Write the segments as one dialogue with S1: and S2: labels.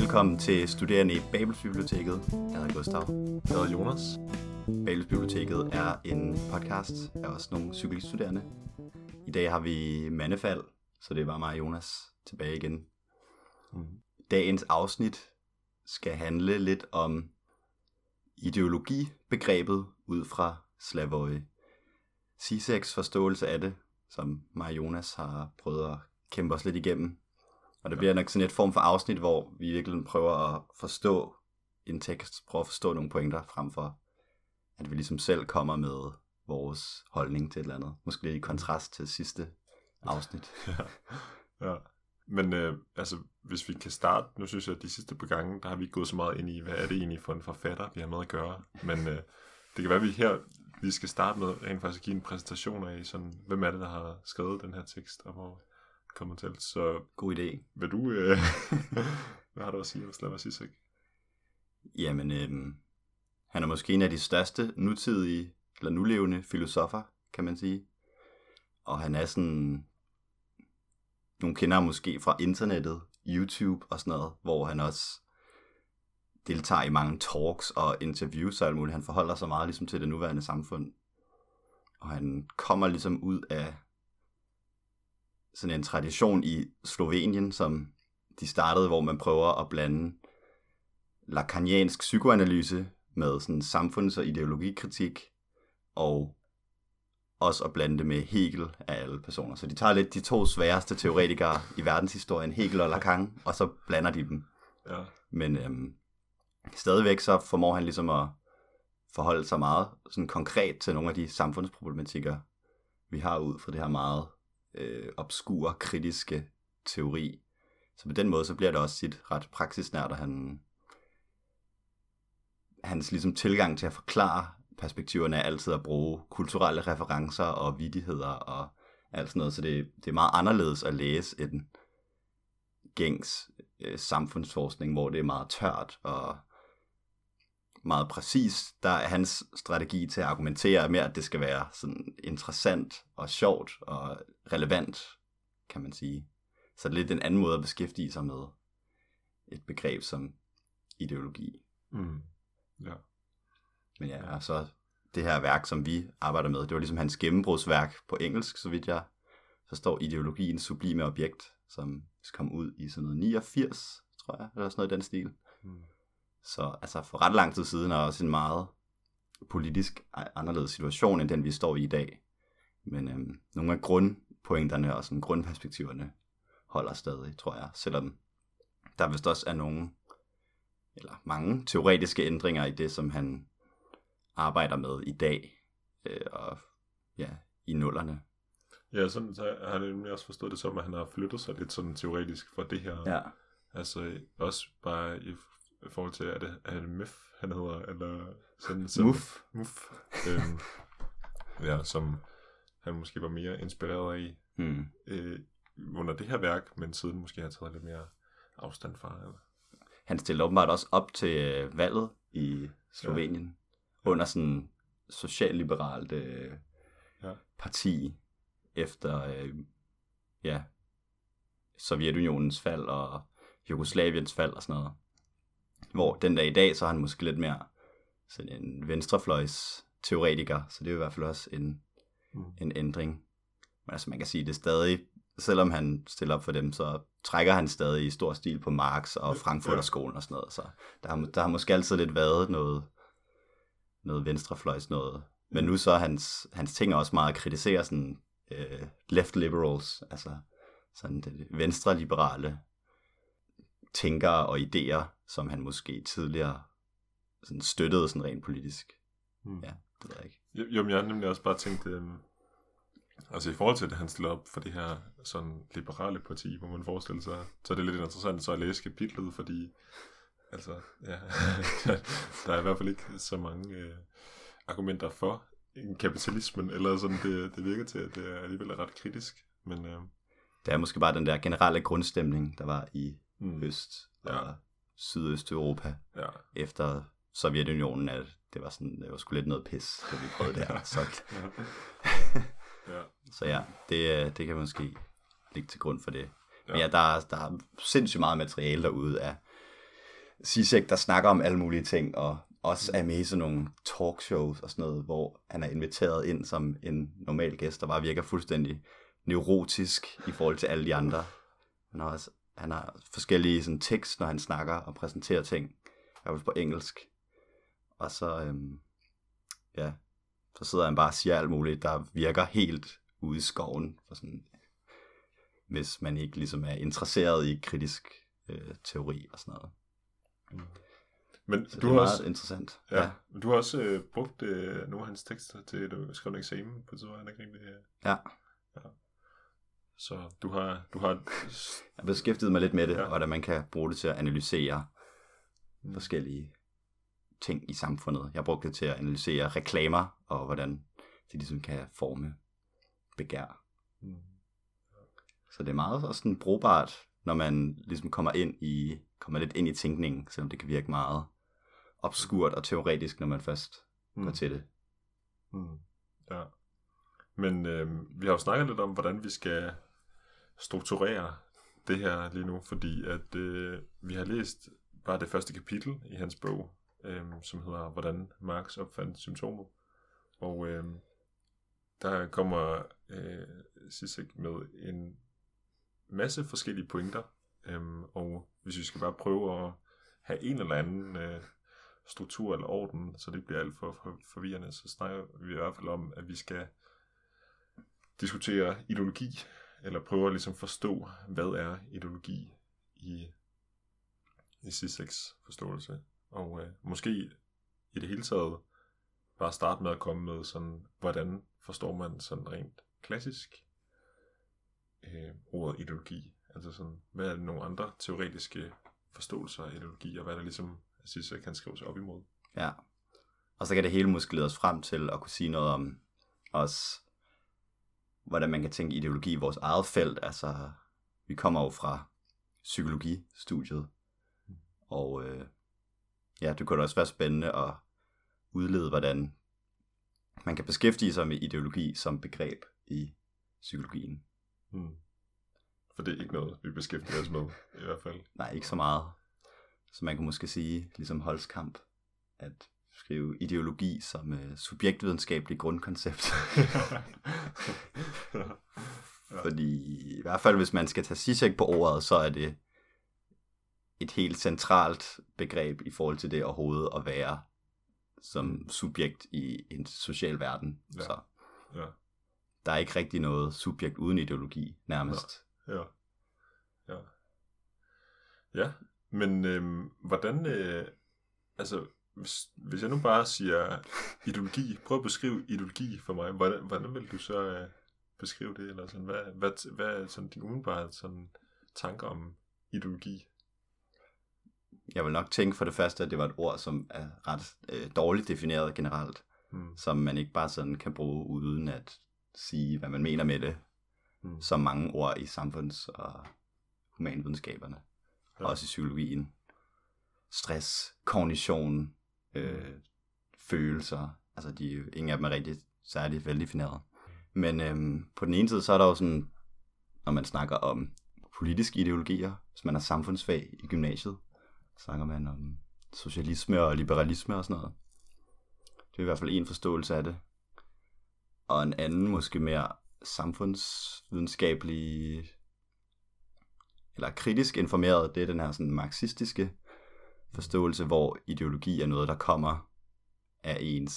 S1: Velkommen til Studerende i Babelsbiblioteket. Jeg hedder Gustav.
S2: Jeg hedder Jonas.
S1: Babelsbiblioteket er en podcast af os nogle cykliststuderende. I dag har vi mandefald, så det er bare mig og Jonas tilbage igen. Dagens afsnit skal handle lidt om ideologibegrebet ud fra Slavoj Žižeks forståelse af det, som mig og Jonas har prøvet at kæmpe os lidt igennem. Og det bliver nok sådan et form for afsnit, hvor vi virkelig prøver at forstå en tekst, prøver at forstå nogle pointer, frem for at vi ligesom selv kommer med vores holdning til et eller andet. Måske lidt i kontrast til sidste afsnit.
S2: Ja. Men hvis vi kan starte, nu synes jeg, at de sidste par gange, der har vi ikke gået så meget ind i, hvad er det egentlig for en forfatter, vi har med at gøre. Men det kan være, at vi her lige skal starte med rent faktisk at give en præsentation af, sådan, hvem er det, der har skrevet den her tekst, og hvor kommer til. Så
S1: god idé.
S2: Vil du, hvad har du at sige om Slavoj Žižek?
S1: Jamen, han er måske en af de største nutidige, eller nulevende filosofer, kan man sige. Og han er sådan, nogle kender ham måske fra internettet, YouTube og sådan noget, hvor han også deltager i mange talks og interviews og alt muligt. Han forholder sig meget ligesom til det nuværende samfund. Og han kommer ligesom ud af sådan en tradition i Slovenien, som de startede, hvor man prøver at blande lacaniansk psykoanalyse med sådan samfunds- og ideologikritik, og også at blande det med Hegel af alle personer. Så de tager lidt de to sværeste teoretikere i verdenshistorien, Hegel og Lacan, og så blander de dem.
S2: Ja.
S1: Men stadigvæk så formår han ligesom at forholde sig meget sådan konkret til nogle af de samfundsproblematikker, vi har ud fra det her meget obskure, kritiske teori. Så på den måde, så bliver det også sit ret praksisnært, og hans ligesom tilgang til at forklare perspektiverne er altid at bruge kulturelle referencer og vittigheder og alt sådan noget, så det er meget anderledes at læse en gængs samfundsforskning, hvor det er meget tørt og meget præcis. Der er hans strategi til at argumentere mere, at det skal være sådan interessant og sjovt og relevant, kan man sige. Så det er lidt en anden måde at beskæftige sig med et begreb som ideologi.
S2: Ja.
S1: Men ja, og så det her værk, som vi arbejder med, det var ligesom hans gennembrudsværk på engelsk, så vidt jeg forstår, Ideologiens sublime objekt, som kom ud i sådan noget 89, tror jeg, eller sådan noget i den stil. Så altså for ret lang tid siden er også en meget politisk anderledes situation, end den vi står i dag. Men nogle af grundpointerne og sådan grundperspektiverne holder stadig, tror jeg. Selvom der vist også er mange teoretiske ændringer i det, som han arbejder med i dag. Og ja, i nullerne.
S2: Ja, sådan så har jeg nemlig også forstået det som, at han har flyttet sig lidt sådan teoretisk fra det her.
S1: Ja.
S2: Altså også bare i forhold til, er det Mif, han hedder, eller sådan Muf. Ja, som han måske var mere inspireret af under det her værk, men siden måske har taget lidt mere afstand fra. Eller?
S1: Han stillede åbenbart også op til valget i Slovenien, under sådan socialliberalt parti efter Sovjetunionens fald og Jugoslaviens fald og sådan noget. Hvor den dag i dag, så er han måske lidt mere sådan en venstrefløjs teoretiker, så det er i hvert fald også en ændring. Men altså man kan sige, det stadig, selvom han stiller op for dem, så trækker han stadig i stor stil på Marx og Frankfurterskolen og sådan noget. Så der har måske altid lidt været noget venstrefløjs noget. Men nu så hans ting er også meget at kritisere sådan left liberals, altså sådan det venstreliberale tænkere og idéer, som han måske tidligere sådan støttede sådan rent politisk. Ja, det ved jeg ikke.
S2: Jo, men jeg har nemlig også bare tænkt, altså i forhold til det, han stiller op for det her sådan liberale parti, hvor man forestiller sig, så er det lidt interessant så at læse kapitlet, fordi altså, ja, der er i hvert fald ikke så mange argumenter for kapitalismen, eller sådan, det virker til, at det alligevel er ret kritisk, men
S1: det er måske bare den der generelle grundstemning, der var i Øst- og Sydøsteuropa efter Sovjetunionen, at det var sgu lidt noget pis, da vi prøvede det her. Så ja, det kan måske ligge til grund for det. Men ja, der er sindssygt meget materiale derude af Zizek, der snakker om alle mulige ting, og også er med i sådan nogle talkshows og sådan noget, hvor han er inviteret ind som en normal gæst, der bare virker fuldstændig neurotisk i forhold til alle de andre. Han har forskellige sådan, tekst, når han snakker og præsenterer ting, i hvert fald på engelsk. Og så, så sidder han bare og siger alt muligt, der virker helt ude i skoven, for sådan, hvis man ikke ligesom er interesseret i kritisk teori og sådan noget.
S2: Men
S1: så
S2: du
S1: det er
S2: har
S1: meget
S2: også
S1: interessant.
S2: Ja. Du har også brugt nogle af hans tekster til at skrive en eksamen på tidspunkt omkring det her.
S1: Ja.
S2: Så du har
S1: jeg har beskæftiget mig lidt med det, og hvordan man kan bruge det til at analysere forskellige ting i samfundet. Jeg har brugt det til at analysere reklamer, og hvordan de ligesom kan forme begær. Så det er meget også sådan brugbart, når man ligesom kommer lidt ind i tænkningen, selvom det kan virke meget obskurt og teoretisk, når man først går til det.
S2: Ja. Men vi har jo snakket lidt om, hvordan vi skal strukturere det her lige nu, fordi at vi har læst bare det første kapitel i hans bog, som hedder Hvordan Marx opfandt symptomer. Og der kommer Zizek med en masse forskellige pointer, og hvis vi skal bare prøve at have en eller anden struktur eller orden, så det bliver alt for forvirrende, så snakker vi i hvert fald om, at vi skal diskutere ideologi, eller prøve at ligesom forstå, hvad er ideologi i Zizeks forståelse. Og måske i det hele taget bare starte med at komme med sådan, hvordan forstår man sådan rent klassisk ordet ideologi. Altså sådan, hvad er nogle andre teoretiske forståelser af ideologi, og hvad er det ligesom, Zizek kan skrive sig op imod.
S1: Ja, og så kan det hele måske lede os frem til at kunne sige noget om os, hvordan man kan tænke ideologi i vores eget felt. Altså, vi kommer jo fra psykologistudiet, og det kunne da også være spændende at udlede, hvordan man kan beskæftige sig med ideologi som begreb i psykologien.
S2: For det er ikke noget, vi beskæftiger os med, i hvert fald.
S1: Nej, ikke så meget. Så man kan måske sige, ligesom Holzkamp, at skrive ideologi som subjektvidenskabelig grundkoncept. Fordi i hvert fald, hvis man skal tage Zizek på ordet, så er det et helt centralt begreb i forhold til det overhovedet at være som subjekt i en social verden.
S2: Ja.
S1: Så
S2: ja.
S1: Der er ikke rigtig noget subjekt uden ideologi, nærmest.
S2: Ja, men hvordan, altså, hvis jeg nu bare siger ideologi, prøv at beskrive ideologi for mig, hvordan vil du så beskrive det, eller sådan, hvad er sådan din umiddelbare sådan tanker om ideologi?
S1: Jeg vil nok tænke for det første, at det var et ord, som er ret dårligt defineret generelt, som man ikke bare sådan kan bruge uden at sige, hvad man mener med det, som mange ord i samfunds- og humanvidenskaberne, også i psykologien. Stress, kognition, følelser, altså ingen af dem er rigtig særligt veldefineret. Men på den ene side, så er der jo sådan, når man snakker om politiske ideologier, hvis man har samfundsfag i gymnasiet, snakker man om socialisme og liberalisme og sådan noget. Det er i hvert fald en forståelse af det. Og en anden, måske mere samfundsvidenskabelig eller kritisk informeret, det er den her sådan marxistiske forståelse, hvor ideologi er noget, der kommer af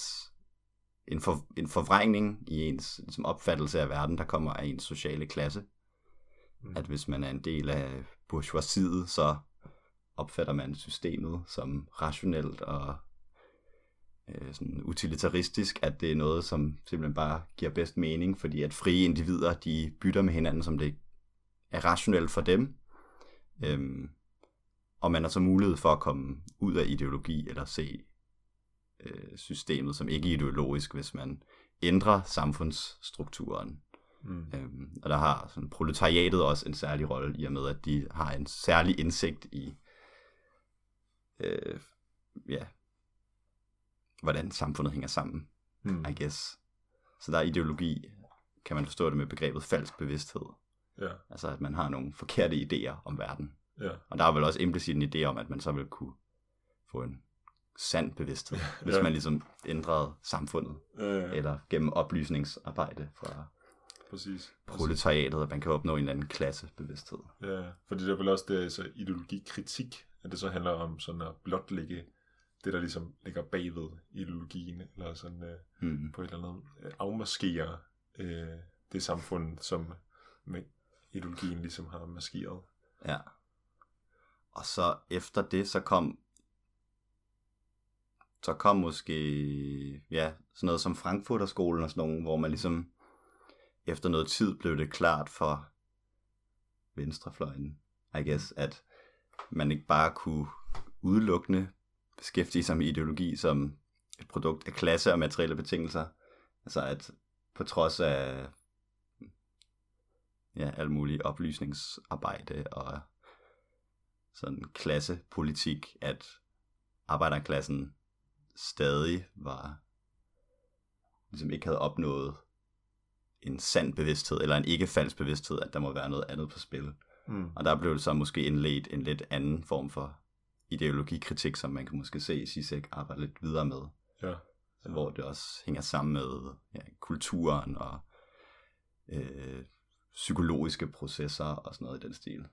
S1: en forvrængning i ens ligesom, opfattelse af verden, der kommer af ens sociale klasse. At hvis man er en del af bourgeoisiet, så opfatter man systemet som rationelt og sådan utilitaristisk, at det er noget, som simpelthen bare giver bedst mening, fordi at frie individer, de bytter med hinanden, som det er rationelt for dem. Og man har så mulighed for at komme ud af ideologi, eller se systemet som ikke ideologisk, hvis man ændrer samfundsstrukturen. Og der har sådan, proletariatet også en særlig rolle, i og med, at de har en særlig indsigt i hvordan samfundet hænger sammen, I guess. Så der er ideologi, kan man forstå det med begrebet falsk bevidsthed.
S2: Ja.
S1: Altså, at man har nogle forkerte idéer om verden.
S2: Ja.
S1: Og der er vel også implicit en idé om, at man så vil kunne få en sand bevidsthed, hvis man ligesom ændrede samfundet, eller gennem oplysningsarbejde fra proletariatet, at man kan opnå en eller anden klassebevidsthed.
S2: Ja, fordi det er vel også det, så ideologikritik, at det så handler om sådan at blotlægge det, der ligesom ligger bagved ideologien, eller sådan på et eller andet afmaskere det samfund, som med ideologien ligesom har maskeret.
S1: Ja. Og så efter det, så kom måske, sådan noget som Frankfurterskolen og sådan nogle, hvor man ligesom, efter noget tid blev det klart for venstrefløjen, I guess, at man ikke bare kunne udelukkende beskæftige sig med ideologi som et produkt af klasse og materielle betingelser. Altså at på trods af alt muligt oplysningsarbejde og sådan klassepolitik, at arbejderklassen stadig var, ligesom ikke havde opnået en sand bevidsthed, eller en ikke falsk bevidsthed, at der må være noget andet på spil. Og der blev det så måske indledt en lidt anden form for ideologikritik, som man kan måske se Zizek arbejde lidt videre med.
S2: Ja.
S1: Hvor det også hænger sammen med kulturen og psykologiske processer og sådan noget i den stil.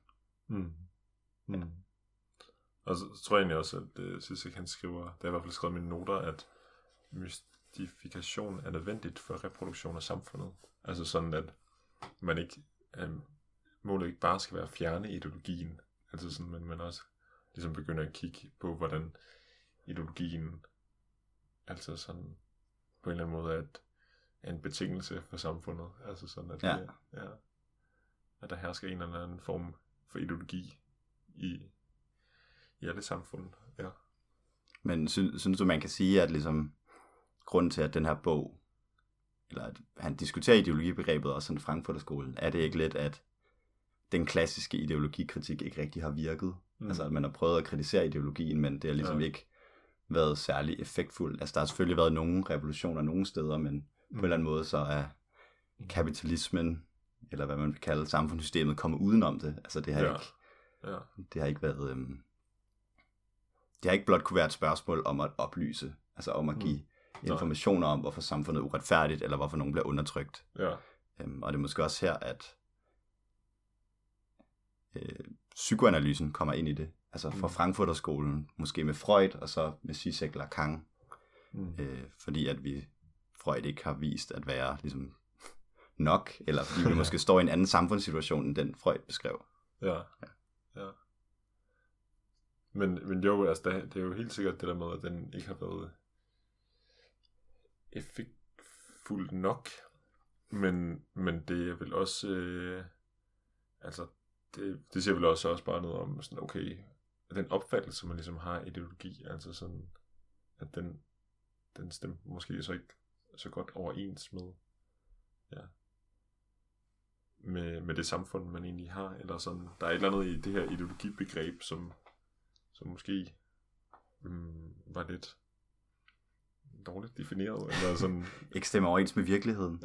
S2: Og så tror jeg egentlig også, at Zizek han skriver, der er i hvert fald skrevet i mine noter, at mystifikation er nødvendigt for reproduktion af samfundet. Altså sådan, at man ikke, målet ikke bare skal være at fjerne ideologien, altså sådan, men man også ligesom begynder at kigge på, hvordan ideologien, altså sådan, på en eller anden måde er en betingelse for samfundet. Altså sådan, at, at der hersker en eller anden form for ideologi i alle samfund. Ja.
S1: Men synes du, man kan sige, at ligesom grunden til, at den her bog, eller at han diskuterer ideologibegrebet også sådan Frankfurterskolen, er det ikke lidt, at den klassiske ideologikritik ikke rigtig har virket? Altså at man har prøvet at kritisere ideologien, men det har ligesom ikke været særlig effektfuldt. Altså der har selvfølgelig været nogle revolutioner nogle steder, men på en eller anden måde så er kapitalismen, eller hvad man vil kalde samfundssystemet, kommet udenom det. Altså det har det har ikke været det har ikke blot kunne være et spørgsmål om at oplyse, altså om at give informationer om, hvorfor samfundet er uretfærdigt, eller hvorfor nogen bliver undertrykt.
S2: Ja.
S1: Og det er måske også her, at psykoanalysen kommer ind i det. Altså fra Frankfurterskolen, måske med Freud, og så med Zizek eller Lacan. Fordi at Freud ikke har vist at være ligesom nok, eller fordi vi måske står i en anden samfundssituation, end den Freud beskrev.
S2: Ja. Men jo, altså det er jo helt sikkert det der med, at den ikke har været effektfuld nok. Men det er vel også, altså det siger vel også bare noget om, sådan, okay, den opfattelse, man ligesom har af ideologi, altså sådan, at den stemmer måske så ikke så godt overens med, med det samfund, man egentlig har, eller sådan, der er et eller andet i det her ideologibegreb, som måske var lidt dårligt defineret, eller sådan.
S1: Ikke stemmer overens med virkeligheden.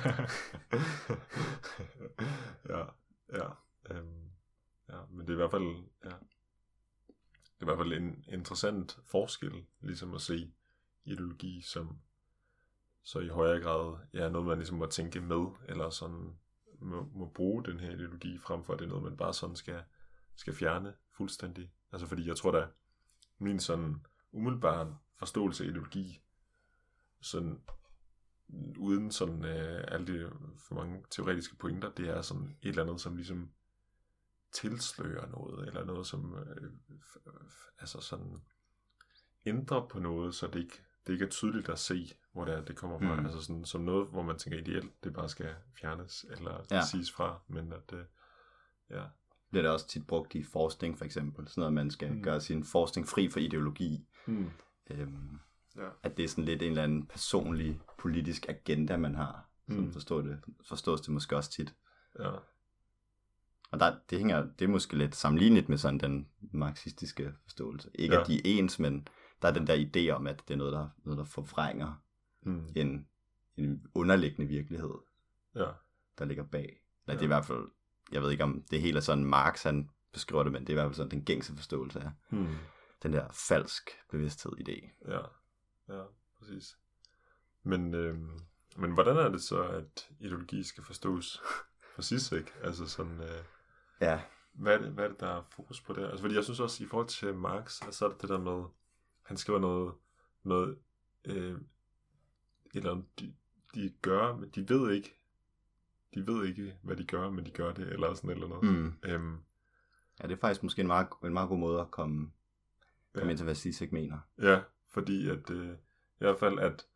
S2: Men det er i hvert fald, det er i hvert fald en interessant forskel, ligesom at se ideologi som så i højere grad noget, man ligesom må tænke med, eller sådan må bruge den her ideologi, frem for at det er noget, man bare sådan skal fjerne fuldstændig. Altså fordi jeg tror da, min sådan umiddelbare forståelse af ideologi, sådan uden sådan alle de for mange teoretiske pointer, det er sådan et eller andet, som ligesom tilslører noget, eller noget, som altså sådan ændrer på noget, så det ikke er tydeligt at se, hvor det kommer fra. Altså sådan, som noget, hvor man tænker ideelt, det bare skal fjernes, eller siges fra, men at
S1: bliver det også tit brugt i forskning, for eksempel. Sådan noget, man skal gøre sin forskning fri for ideologi. At det er sådan lidt en eller anden personlig politisk agenda, man har. Sådan forstås det måske også tit.
S2: Ja.
S1: Og det er måske lidt sammenlignet med sådan den marxistiske forståelse. Ikke at de er ens, men der er den der idé om, at det er noget, der forvrænger en underliggende virkelighed, der ligger bag. Eller det er i hvert fald, jeg ved ikke om det hele er sådan Marx, han beskriver det, men det er i hvert fald sådan den gængse forståelse af. den der falsk bevidsthed idé.
S2: Ja, præcis. Men hvordan er det så, at ideologi skal forstås for Zizek? Altså sådan,
S1: Ja.
S2: hvad er det, der er fokus på det? Altså, fordi jeg synes også, i forhold til Marx, så er det der med, han skriver noget eller de gør, men de ved ikke, hvad de gør, men de gør det, eller sådan eller noget.
S1: Ja, det er faktisk måske en meget god måde at komme ind til, hvad Zizek mener.
S2: Ja, fordi at i hvert fald, at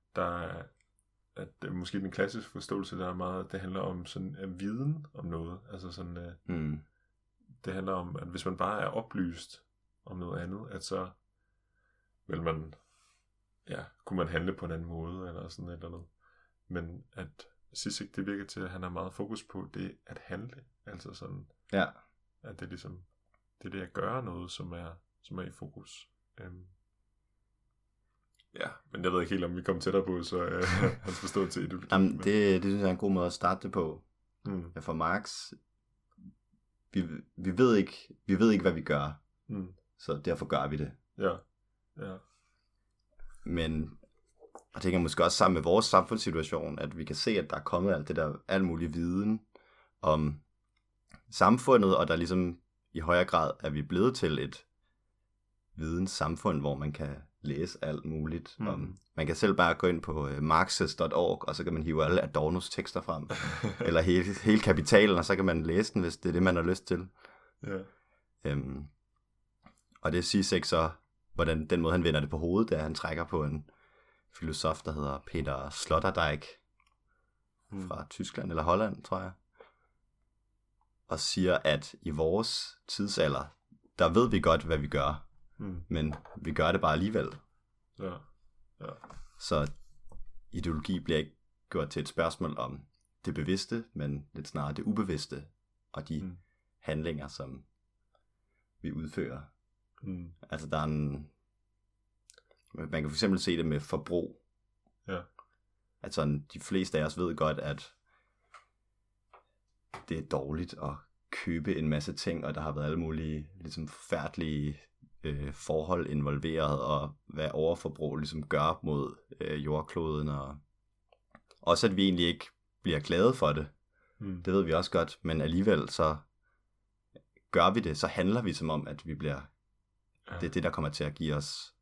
S2: måske den klassiske forståelse, der er meget, det handler om sådan en viden om noget. Altså sådan, det handler om, at hvis man bare er oplyst om noget andet, at så vil man, kunne man handle på en anden måde, eller sådan et eller andet. Men at Zizek, det virker til, at han har meget fokus på det at handle. Altså sådan, at det er ligesom, det er det at gøre noget, som er i fokus. Ja, men jeg ved ikke helt, om vi kommer tættere på, så hans forståelse til ideologi.
S1: Jamen, det synes jeg er en god måde at starte det på. For Marx, vi ved ikke, hvad vi gør, så derfor gør vi det.
S2: Ja.
S1: Men jeg tænker måske også sammen med vores samfundssituation, at vi kan se, at der er kommet alt mulig viden om samfundet, og der ligesom i højere grad er vi blevet til et videnssamfund, hvor man kan læse alt muligt. Man kan selv bare gå ind på marxist.org, og så kan man hive alle Adornos tekster frem, eller hele Kapitalen, og så kan man læse den, hvis det er det, man har lyst til.
S2: Ja.
S1: Og det siger sig så, hvordan den måde, han vender det på hovedet, er, at han trækker på en filosof, der hedder Peter Sloterdijk, fra Tyskland eller Holland, tror jeg, og siger, at i vores tidsalder, der ved vi godt, hvad vi gør, men vi gør det bare alligevel.
S2: Ja.
S1: Så ideologi bliver ikke gjort til et spørgsmål om det bevidste, men lidt snarere det ubevidste, og de handlinger, som vi udfører. Altså der er man kan for eksempel se det med forbrug.
S2: Ja.
S1: At sådan, de fleste af os ved godt, at det er dårligt at købe en masse ting, og der har været alle mulige ligesom forfærdelige forhold involveret, og hvad overforbrug ligesom gør mod jordkloden, og også at vi egentlig ikke bliver glade for det. Det ved vi også godt, men alligevel så gør vi det, så handler vi som om, at vi bliver det er det, der kommer til at give os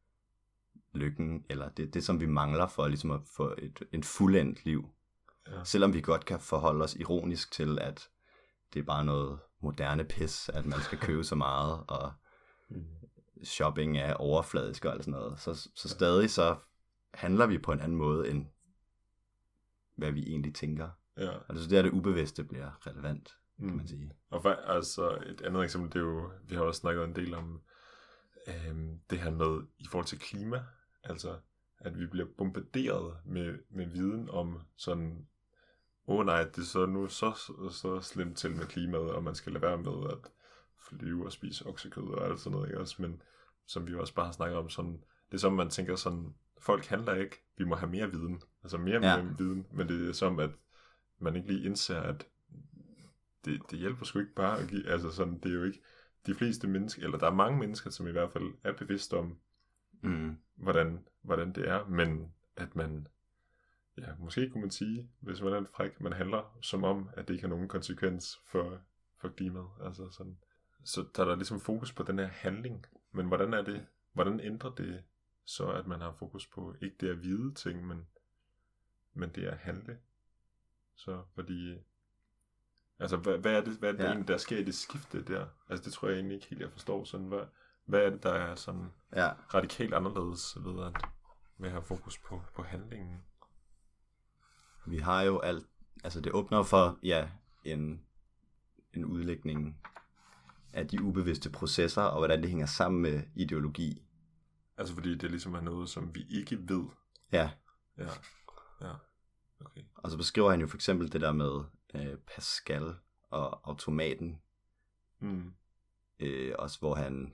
S1: lykken, eller det som vi mangler for ligesom at få en fuldendt liv. Selvom vi godt kan forholde os ironisk til, at det er bare noget moderne pis, at man skal købe så meget, og shopping er overfladisk og alt sådan noget. Så stadig så handler vi på en anden måde, end hvad vi egentlig tænker. Altså det er det ubevidste bliver relevant, kan man sige.
S2: Og altså et andet eksempel, det er jo, vi har også snakket en del om det her med i forhold til klima, altså at vi bliver bombarderet med viden om sådan, nej, det er så nu så slemt til med klimaet, og man skal lade være med at flyve og spise oksekød og alt sådan noget, ikke også? Men som vi også bare har snakket om, sådan, det er som man tænker sådan, folk handler ikke, vi må have mere viden, altså mere viden, men det er som at man ikke lige indser, at det hjælper sgu ikke bare at give, altså sådan, det er jo ikke de fleste mennesker, eller der er mange mennesker, som i hvert fald er bevidste om, hvordan det er, men at man, måske kunne man sige, hvis man er fræk, man handler som om, at det ikke har nogen konsekvens for klimaet, altså sådan. Så der er der ligesom fokus på den her handling, men hvordan ændrer det så, at man har fokus på, ikke det at vide ting, men det at handle? Så fordi, altså hvad er det egentlig, der sker i det skifte der? Altså det tror jeg egentlig ikke helt, jeg forstår sådan, hvad er det, der er sådan radikalt anderledes ved at have fokus på handlingen?
S1: Vi har jo alt, altså det åbner for, en udlægning af de ubevidste processer, og hvordan det hænger sammen med ideologi.
S2: Altså fordi det ligesom er noget, som vi ikke ved.
S1: Ja.
S2: Okay.
S1: Og så beskriver han jo for eksempel det der med Pascal og automaten. Også hvor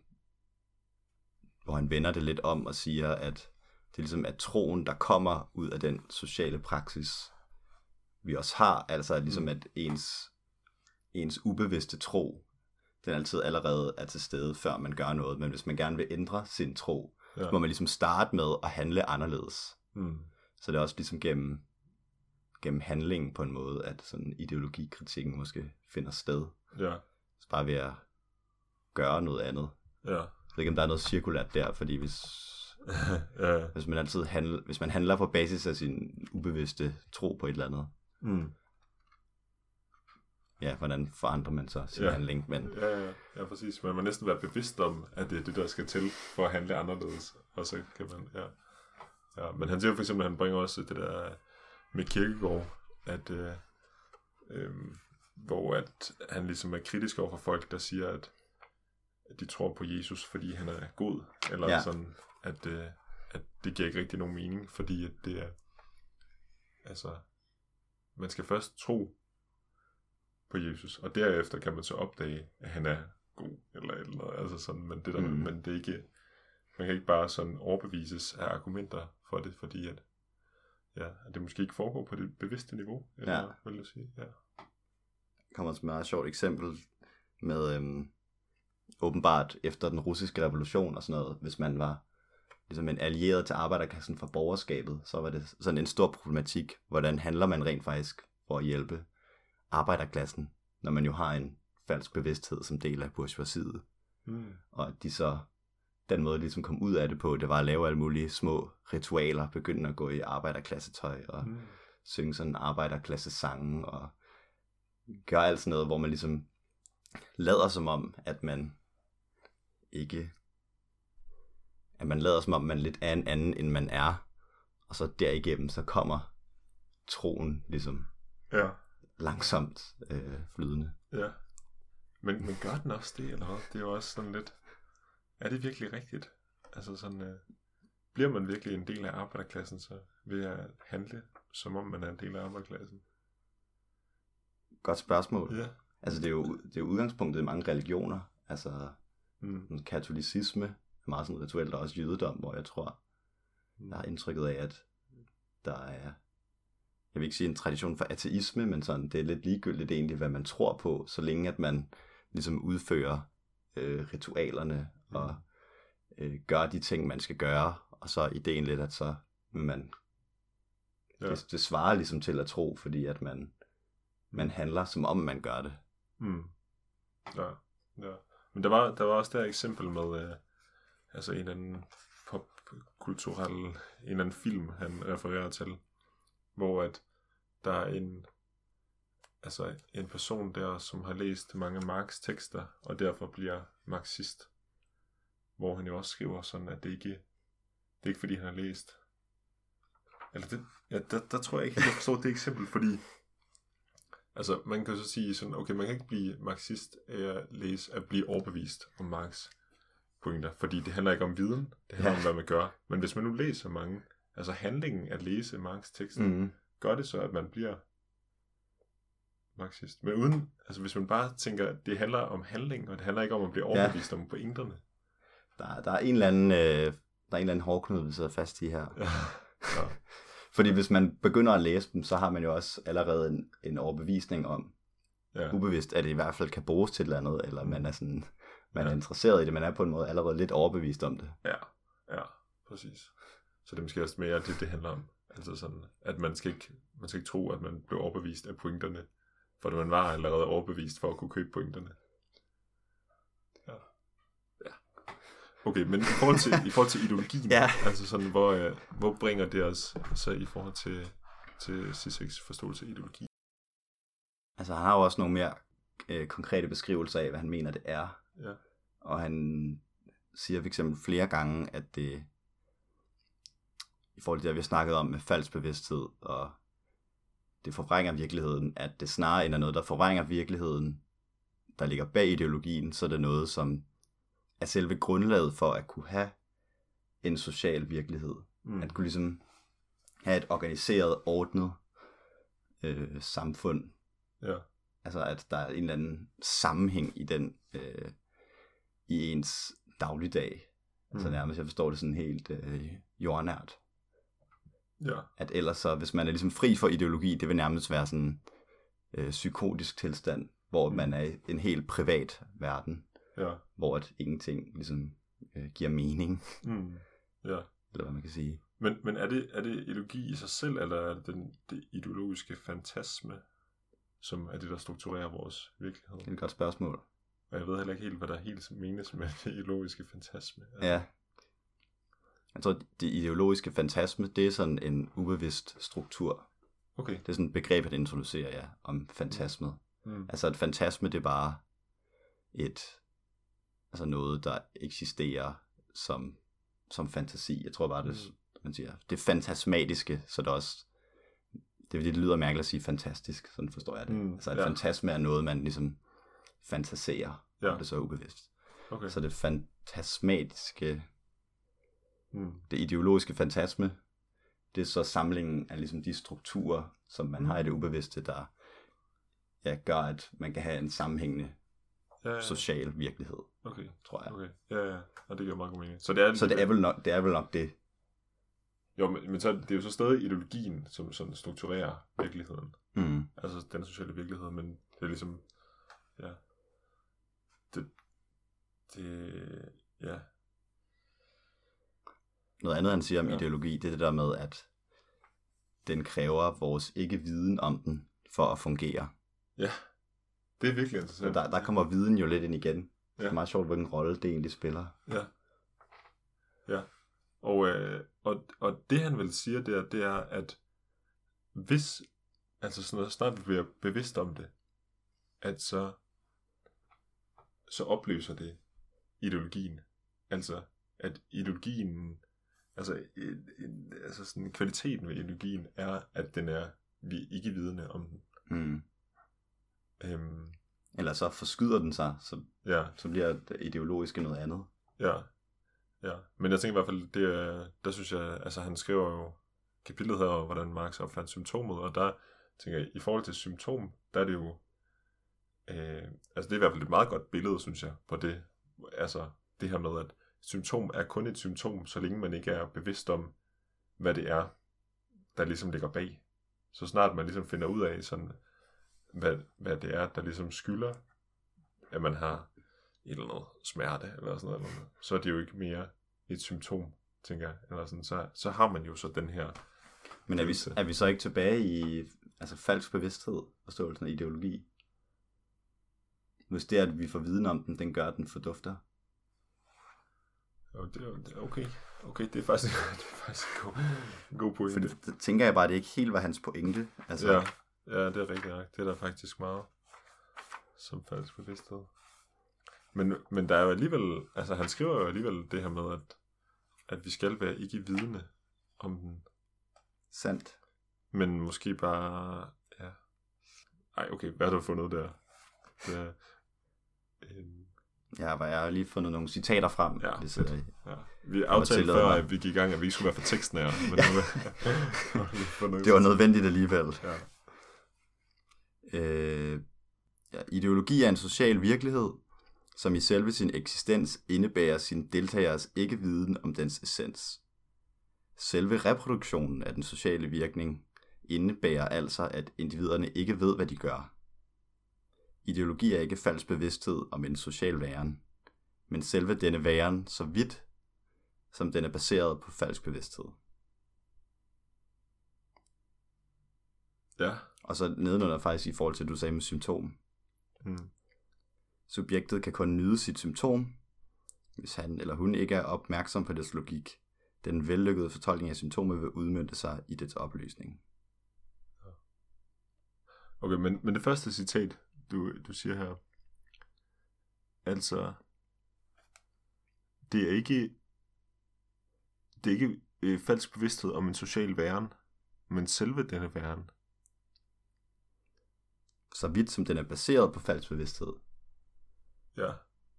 S1: han vender det lidt om og siger, at det er ligesom at troen, der kommer ud af den sociale praksis, vi også har, altså ligesom at ens ubevidste tro, den altid allerede er til stede, før man gør noget. Men hvis man gerne vil ændre sin tro, så må man ligesom starte med at handle anderledes. Så det er også ligesom gennem handlingen på en måde, at sådan ideologikritikken måske finder sted.
S2: Ja.
S1: Så bare ved at gøre noget andet.
S2: Ja.
S1: Jeg ved ikke, om der er noget cirkulært der, fordi hvis man altid hvis man handler på basis af sin ubevidste tro på et eller andet, ja, hvordan forandrer man så sin handling? Men...
S2: Ja, præcis. Man må næsten være bevidst om, at det er det, der skal til for at handle anderledes. Og så kan man, ja. Men han siger for eksempel, at han bringer også det der med Kierkegaard, at hvor at han ligesom er kritisk over for folk, der siger, at de tror på Jesus, fordi han er god, eller sådan, at det giver ikke rigtig nogen mening, fordi at det er, altså, man skal først tro på Jesus, og derefter kan man så opdage, at han er god, eller noget, altså sådan, men det der, men det er ikke, man kan ikke bare sådan overbevises af argumenter for det, fordi at det måske ikke foregår på det bevidste niveau, eller vil du sige, Der
S1: kommer et meget sjovt eksempel med, åbenbart efter den russiske revolution og sådan noget, hvis man var ligesom en allieret til arbejderklassen fra borgerskabet, så var det sådan en stor problematik, hvordan handler man rent faktisk for at hjælpe arbejderklassen, når man jo har en falsk bevidsthed som del af bourgeoisiet. Og de så, den måde ligesom kom ud af det på, det var at lave alle mulige små ritualer, begynde at gå i arbejderklassetøj og synge sådan arbejderklassesange og gøre alt sådan noget, hvor man ligesom lader som om, at man lader som om, man lidt er en anden, end man er, og så derigennem, så kommer troen ligesom langsomt flydende.
S2: Ja. Men gør den også det, eller hvad? Det er jo også sådan lidt, er det virkelig rigtigt? Altså sådan, bliver man virkelig en del af arbejderklassen så, ved at handle, som om man er en del af arbejderklassen?
S1: Godt spørgsmål.
S2: Ja.
S1: Altså det er jo udgangspunktet i mange religioner. Altså katolicisme er meget sådan rituelt, og også jødedom, hvor jeg tror, der har indtrykket af, at der er, jeg vil ikke sige en tradition for ateisme, men sådan, det er lidt ligegyldigt egentlig, hvad man tror på, så længe at man ligesom udfører ritualerne og gør de ting, man skal gøre, og så er ideen lidt, at så man det svarer ligesom til at tro, fordi at man handler, som om man gør det.
S2: Ja. Men der var også der eksempel med altså en anden popkulturel, en anden film, han refererer til, hvor at der er en person der, som har læst mange Marx tekster, og derfor bliver marxist. Hvor han jo også skriver sådan, at det er ikke fordi han har læst. Eller der tror jeg ikke, jeg forstår det eksempel, fordi altså, man kan så sige sådan, okay, man kan ikke blive marxist af at blive overbevist om Marx pointer, fordi det handler ikke om viden, det handler om, hvad man gør. Men hvis man nu læser mange, altså handlingen at læse Marx tekster, gør det så, at man bliver marxist. Men uden, altså hvis man bare tænker, at det handler om handling, og det handler ikke om at blive overbevist om pointerne.
S1: Der er en eller anden hårdknude, vi sidder fast i her.
S2: Ja.
S1: Fordi hvis man begynder at læse dem, så har man jo også allerede en overbevisning om, ubevidst, at det i hvert fald kan bruges til et eller andet, eller man er interesseret i det, man er på en måde allerede lidt overbevist om det.
S2: Ja, præcis. Så det er måske også mere det handler om. Altså sådan, at man skal ikke tro, at man blev overbevist af pointerne, for man var allerede overbevist for at kunne købe pointerne. Ja. Okay, men i forhold til ideologien, altså sådan, hvor bringer det os så i forhold til Zizeks forståelse af ideologi?
S1: Altså han har jo også nogle mere konkrete beskrivelser af, hvad han mener det er.
S2: Ja.
S1: Og han siger for eksempel flere gange, at det, i forhold til det, vi har snakket om med falsk bevidsthed, og det forvrænger virkeligheden, at det snarere end er noget, der forvrænger virkeligheden, der ligger bag ideologien, så er det noget, som er selve grundlaget for at kunne have en social virkelighed. At kunne ligesom have et organiseret, ordnet samfund.
S2: Ja.
S1: Altså at der er en eller anden sammenhæng i den i ens dagligdag. Altså nærmest, jeg forstår det sådan helt jordnært.
S2: Ja.
S1: At ellers så, hvis man er ligesom fri for ideologi, det vil nærmest være sådan psykotisk tilstand, hvor man er i en helt privat verden,
S2: Ja.
S1: hvor at ingenting ligesom giver mening,
S2: Ja.
S1: eller hvad man kan sige.
S2: Men er det ideologi i sig selv, eller er det det ideologiske fantasme, som er det, der strukturerer vores virkelighed?
S1: Det er et godt spørgsmål.
S2: Og jeg ved heller ikke helt, hvad der helt menes med det ideologiske fantasme.
S1: Ja. Jeg tror, det ideologiske fantasme, det er sådan en ubevidst struktur.
S2: Okay.
S1: Det er sådan et begreb, at introducere, ja, om fantasmet. Altså et fantasme, det er bare noget, der eksisterer som fantasi. Jeg tror bare, man siger, det fantasmatiske, så det også, det lyder mærkeligt at sige fantastisk, sådan forstår jeg det. Altså et fantasme er noget, man ligesom fantaserer, og det så er ubevidst.
S2: Okay.
S1: Så det fantasmatiske, det ideologiske fantasme, det er så samlingen af ligesom de strukturer, som man har i det ubevidste, der gør, at man kan have en sammenhængende social virkelighed.
S2: Okay.
S1: Tror jeg.
S2: Okay. Ja, og det giver meget god mening. Så
S1: det er vel nok det.
S2: Jo, men så, det er jo så stadig ideologien, som sådan strukturerer virkeligheden. Altså den sociale virkelighed, men det er ligesom, ja, ja.
S1: Noget andet, han siger om ideologi, det er det der med, at den kræver vores ikke-viden om den, for at fungere.
S2: Ja, det er virkelig interessant.
S1: Der kommer viden jo lidt ind igen. Ja. Det er meget sjovt, hvilken rolle det egentlig spiller.
S2: Ja. Og det han vel siger der, det er, at hvis, altså sådan noget, snart vi bliver bevidst om det, at så opløser det ideologien. Altså, at ideologien, altså sådan kvaliteten ved ideologien er, at den er, vi er ikke vidende om den.
S1: Eller så forskyder den sig, så bliver det ideologiske noget andet.
S2: Ja. Men jeg tænker i hvert fald, der synes jeg, altså han skriver jo kapitlet her, hvordan Marx opfandt symptomet, og der tænker jeg, i forhold til symptom, der er det jo, altså det er i hvert fald et meget godt billede, synes jeg, på det, altså det her med, at symptom er kun et symptom, så længe man ikke er bevidst om, hvad det er, der ligesom ligger bag. Så snart man ligesom finder ud af, sådan, hvad det er, der ligesom skylder, at man har et eller andet smerte, eller sådan noget, så er det jo ikke mere et symptom, tænker jeg. Eller sådan, så har man jo så den her.
S1: Men er vi så ikke tilbage i falsk bevidsthed, forståelsen af ideologi? Hvis det er, at vi får viden om den gør, at den fordufter?
S2: Jo, det er okay. Okay, det er faktisk en god pointe.
S1: For det tænker jeg bare, det ikke helt var hans pointe. Altså.
S2: Ja, det er rigtigt nok. Det er der faktisk meget som falsk bevidsthed. Men der er jo alligevel, altså han skriver jo alligevel det her med, at vi skal være ikke vidne om den.
S1: Sandt.
S2: Men måske bare, ja. Ej, okay, hvad har du fundet der?
S1: Jeg har lige fundet nogle citater frem.
S2: Ja, vi aftalte før, at vi gik i gang, at vi ikke skulle være for tekstnære.
S1: Det var nødvendigt alligevel.
S2: Ja.
S1: Ideologi er en social virkelighed, som i selve sin eksistens indebærer sin deltagers ikke-viden om dens essens. Selve reproduktionen af den sociale virkning indebærer altså, at individerne ikke ved, hvad de gør. Ideologi er ikke falsk bevidsthed om en social væren, men selve denne væren så vidt, som den er baseret på falsk bevidsthed.
S2: Ja.
S1: Og så nedenunder faktisk i forhold til, du sagde med symptom. Subjektet kan kun nyde sit symptom, hvis han eller hun ikke er opmærksom på dets logik. Den vellykkede fortolkning af symptomet vil udmønte sig i dets opløsning.
S2: Okay, men det første citat, du siger her, altså, det er ikke falsk bevidsthed om en social væren, men selve denne væren.
S1: Så vidt som den er baseret på falsk bevidsthed.
S2: Ja.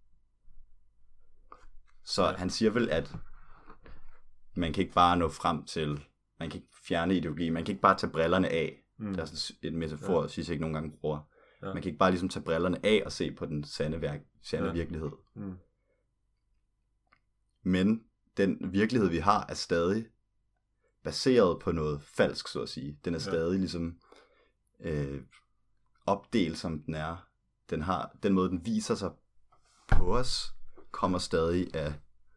S1: Så han siger vel, at man kan ikke bare nå frem til, man kan ikke fjerne ideologi, man kan ikke bare tage brillerne af. Det er sådan en metafor, synes jeg ikke nogen gange bruger. Man kan ikke bare ligesom tage brillerne af og se på den sande virkelighed. Men den virkelighed, vi har, er stadig baseret på noget falsk, så at sige. Den er stadig ligesom opdelt, som den er, den måde, den viser sig på os, kommer stadig af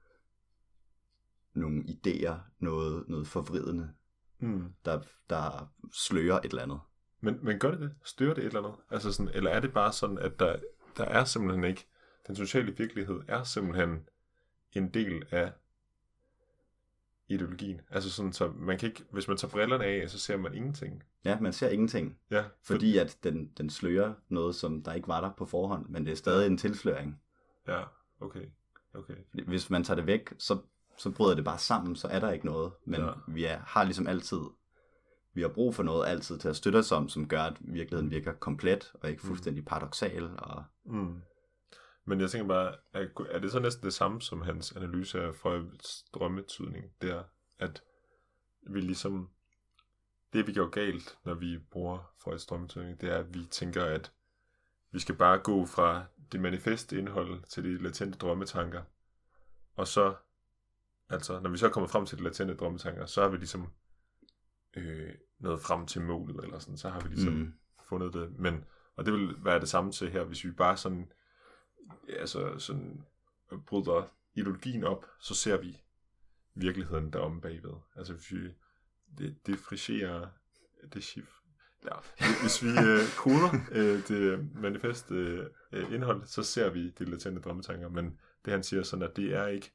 S1: nogle idéer, noget forvridende, der slører et eller andet.
S2: Men gør det? Styrer det et eller andet? Altså sådan, eller er det bare sådan, at der er simpelthen ikke, den sociale virkelighed er simpelthen en del af ideologien. Altså sådan, så man kan ikke, hvis man tager brillerne af, så ser man ingenting.
S1: Ja, man ser ingenting.
S2: Ja,
S1: fordi at den slører noget, som der ikke var der på forhånd, men det er stadig en tilsløring.
S2: Ja, okay.
S1: Hvis man tager det væk, så bryder det bare sammen, så er der ikke noget. Men vi har ligesom altid, vi har brug for noget altid til at støtte os om, som gør, at virkeligheden virker komplet, og ikke fuldstændig paradoksal.
S2: Men jeg tænker bare, er det så næsten det samme som hans analyse af Freuds drømmetydning? Det er, at vi ligesom, det vi gør galt, når vi bruger Freuds drømmetydning, det er, at vi tænker, at vi skal bare gå fra det manifeste indhold til de latente drømmetanker. Og så, altså, når vi så er kommet frem til de latente drømmetanker, så har vi ligesom nået frem til målet, eller sådan, så har vi ligesom fundet det. Men, og det vil være det samme til her, hvis vi bare sådan, altså sådan bryder ideologien op, så ser vi virkeligheden deromme bagved. Altså hvis vi differentierer det shift. Ja, hvis vi koder det manifeste indhold, så ser vi de latente drømmetanker, men det han siger sådan, at det er ikke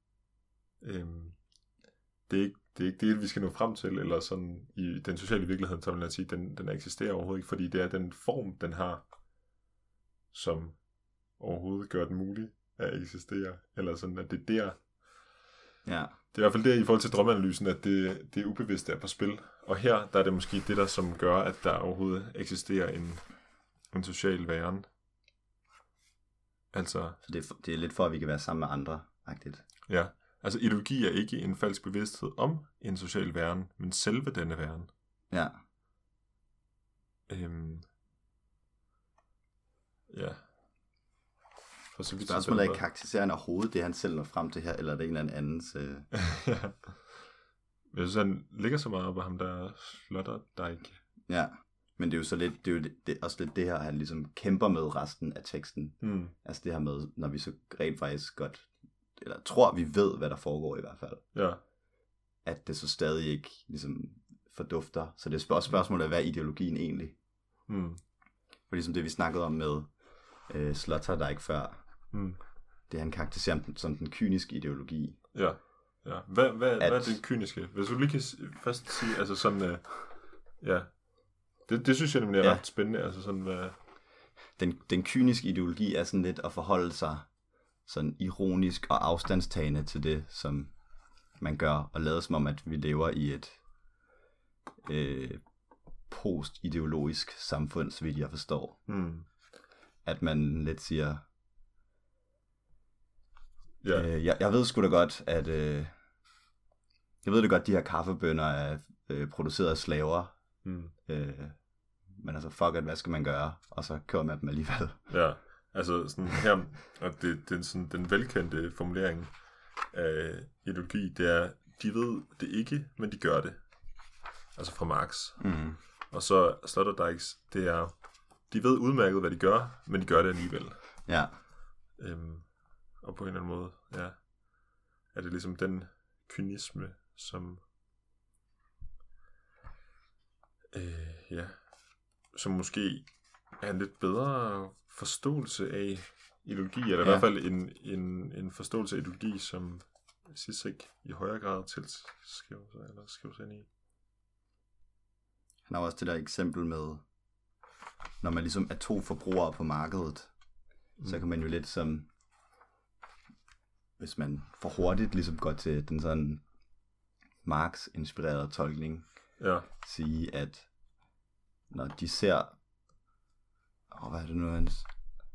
S2: det er ikke det, vi skal nå frem til, eller sådan i den sociale virkelighed, så vil jeg sige, den eksisterer overhovedet ikke, fordi det er den form, den har, som overhovedet gør den mulig at eksistere, eller sådan, at det er der.
S1: Ja.
S2: Det er i hvert fald der i forhold til drømmeanalysen, at det ubevidste er på spil. Og her, der er det måske det, der som gør, at der overhovedet eksisterer en social væren. Altså,
S1: så det er lidt for, at vi kan være sammen med andre-agtigt.
S2: Ja, altså ideologi er ikke en falsk bevidsthed om en social væren, men selve denne væren.
S1: Ja.
S2: Ja.
S1: Spørgsmålet er ikke karakteren overhovedet, det han selv når frem til her, eller er det en eller andens...
S2: Ja. Jeg synes, han ligger så meget op af ham, der slotter dig ikke.
S1: Ja, men det er jo så lidt, det er også lidt det her, han ligesom kæmper med resten af teksten. Altså det her med, når vi så rent faktisk godt, eller tror vi ved, hvad der foregår i hvert fald.
S2: Ja.
S1: At det så stadig ikke ligesom fordufter. Så det er spørgsmålet af, hvad er ideologien egentlig? For ligesom det vi snakkede om med Sloterdijk før, det han karakteriserer som den kyniske ideologi.
S2: Ja. Ja. Hvad er det kyniske? Hvis du lige kan først sige, altså sådan, ja, det synes jeg nemlig er ret spændende, altså sådan, hvad...
S1: Den kyniske ideologi er sådan lidt at forholde sig sådan ironisk og afstandstagende til det, som man gør, og lade som om, at vi lever i et post-ideologisk samfund, så vidt jeg forstår. At man lidt siger, jeg ved sgu da godt, at jeg ved det godt, de her kaffebønner er produceret af slaver, men altså fuck it, hvad skal man gøre? Og så kører man dem alligevel.
S2: Ja, altså sådan her, og det er sådan den velkendte formulering af ideologi, det er, de ved det ikke, men de gør det. Altså fra Marx. Og så Sloterdijks, det er, de ved udmærket, hvad de gør, men de gør det alligevel.
S1: Ja.
S2: Og på en eller anden måde, ja, er det ligesom den kynisme, som som måske er en lidt bedre forståelse af ideologi, eller i hvert fald en forståelse af ideologi, som Zizek i højere grad skriver sig ind i.
S1: Han har også det der eksempel med, når man ligesom er to forbrugere på markedet, så kan man jo lidt som, hvis man for hurtigt ligesom går til den sådan Marx-inspirerede tolkning, sige, at når de ser, hvad er det nu hans?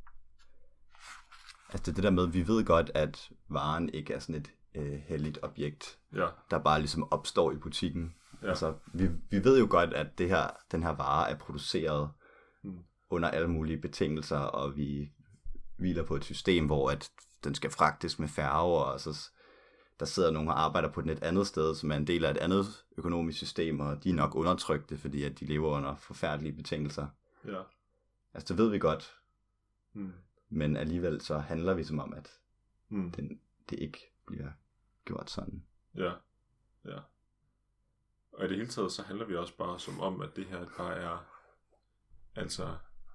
S1: Altså det der med, vi ved godt, at varen ikke er sådan et helligt objekt, der bare ligesom opstår i butikken. Altså, vi ved jo godt, at den her vare er produceret under alle mulige betingelser, og vi hviler på et system, hvor at den skal fragtes med færger, og så der sidder nogen og arbejder på den et andet sted, som er en del af et andet økonomisk system, og de er nok undertrykte, fordi at de lever under forfærdelige betingelser.
S2: Ja.
S1: Altså, det ved vi godt. Men alligevel så handler vi som om, at
S2: Mm.
S1: det ikke bliver gjort sådan.
S2: Ja, ja. Og i det hele taget, så handler vi også bare som om, at det her bare er, altså,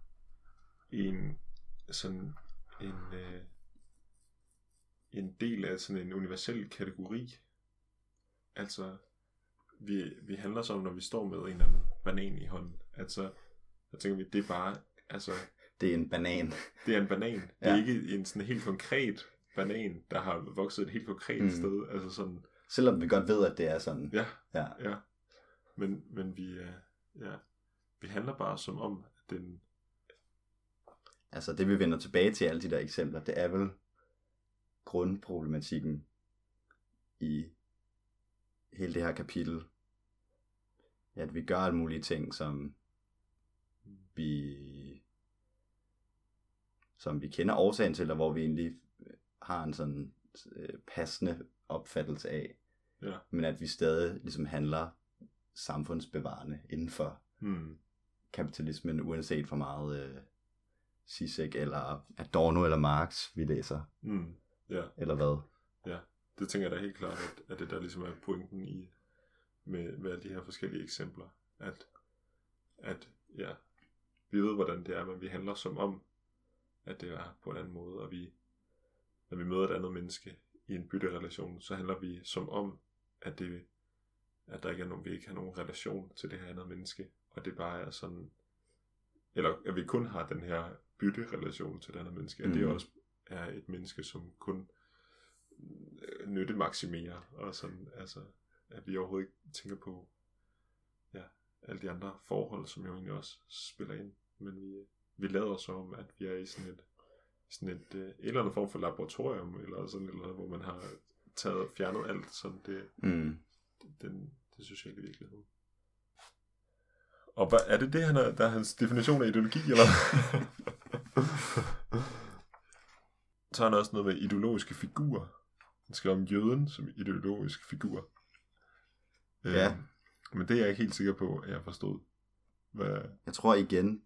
S2: en del af sådan en universel kategori. Altså, vi handler som, når vi står med en eller anden banan i hånden. Altså, jeg tænker vi, det er bare, altså...
S1: Det er en banan.
S2: Det er en banan. Det er ikke en sådan helt konkret banan, der har vokset et helt konkret sted. Altså sådan...
S1: Selvom vi godt ved, at det er sådan.
S2: Ja. Men vi handler bare som om, at den...
S1: Altså det vi vender tilbage til alle de der eksempler, det er vel grundproblematikken i hele det her kapitel. At vi gør alle mulige ting, som vi kender årsagen til, og hvor vi egentlig har en sådan passende opfattelse af.
S2: Ja. Men
S1: at vi stadig ligesom handler samfundsbevarende inden for kapitalismen, uanset hvor meget Zizek eller Adorno eller Marx vi læser.
S2: Ja.
S1: Eller hvad?
S2: Ja, det tænker jeg da helt klart, at det der ligesom er pointen i med alle de her forskellige eksempler. At ja, vi ved hvordan det er, men vi handler som om, at det er på en anden måde, og når vi møder et andet menneske i en bytterelation, så handler vi som om, at der ikke er nogen, vi ikke har nogen relation til det her andet menneske, og det bare er sådan, eller at vi kun har den her bytterelation til det andet menneske, at det også er et menneske, som kun nyttemaksimerer, og sådan, altså, at vi overhovedet ikke tænker på, alle de andre forhold, som jo egentlig også spiller ind, men vi lader så om, at vi er i sådan et eller andet form for laboratorium, eller sådan et eller andet, hvor man har fjernet alt sådan det sociale virkelighed. Og er det der er hans definition af ideologi, eller? Så er han også noget med ideologiske figurer. Han skriver om jøden som ideologisk figur.
S1: Ja.
S2: Men det er jeg ikke helt sikker på, at jeg forstod.
S1: Jeg tror igen,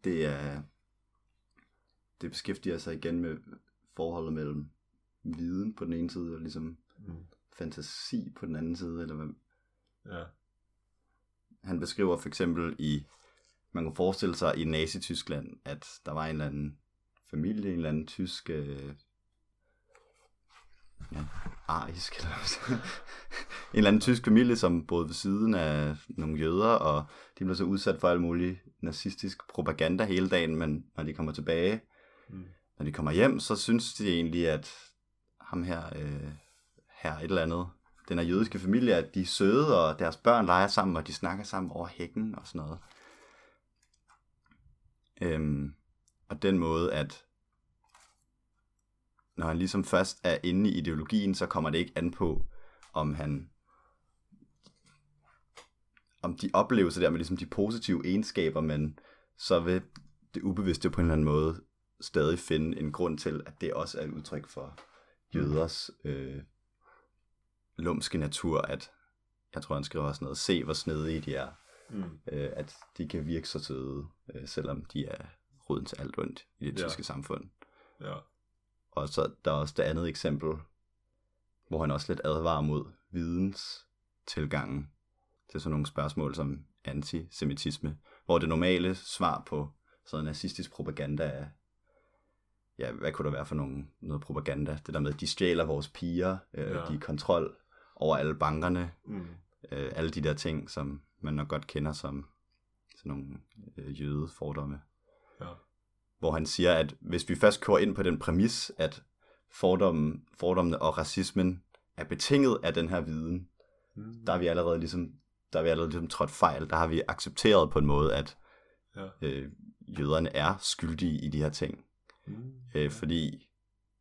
S1: det beskæftiger sig igen med forholdet mellem viden på den ene side, og ligesom fantasi på den anden side, eller hvad?
S2: Ja.
S1: Han beskriver for eksempel man kan forestille sig i Nazi-Tyskland, at der var en eller anden familie, en eller anden tysk, arisk, eller en eller anden tysk familie, som boede ved siden af nogle jøder, og de blev så udsat for al mulig nazistisk propaganda hele dagen, men når de kommer tilbage, når de kommer hjem, så synes de egentlig, at ham her, et eller andet, den her jødiske familie, at de er søde, og deres børn leger sammen, og de snakker sammen over hækken og sådan noget. Og den måde, at når han ligesom først er inde i ideologien, så kommer det ikke an på, om de oplevelser der med ligesom de positive egenskaber, men så vil det ubevidste på en eller anden måde stadig finde en grund til, at det også er et udtryk for jøders lumske natur, at jeg tror han skriver også noget, se hvor snedige de er, at de kan virke så søde, selvom de er roden til alt ondt i det tyske samfund.
S2: Ja.
S1: Og så der er også det andet eksempel, hvor han også lidt advarer mod videns tilgangen til sådan nogle spørgsmål som antisemitisme, hvor det normale svar på sådan nazistisk propaganda er, ja, hvad kunne der være for noget propaganda? Det der med, at de stjæler vores piger, de er kontrol over alle bankerne, alle de der ting, som man nok godt kender som sådan nogle jødefordomme.
S2: Ja.
S1: Hvor han siger, at hvis vi først kører ind på den præmis, at fordommene og racismen er betinget af den her viden, der er vi allerede ligesom trådt fejl. Der har vi accepteret på en måde, at jøderne er skyldige i de her ting. Fordi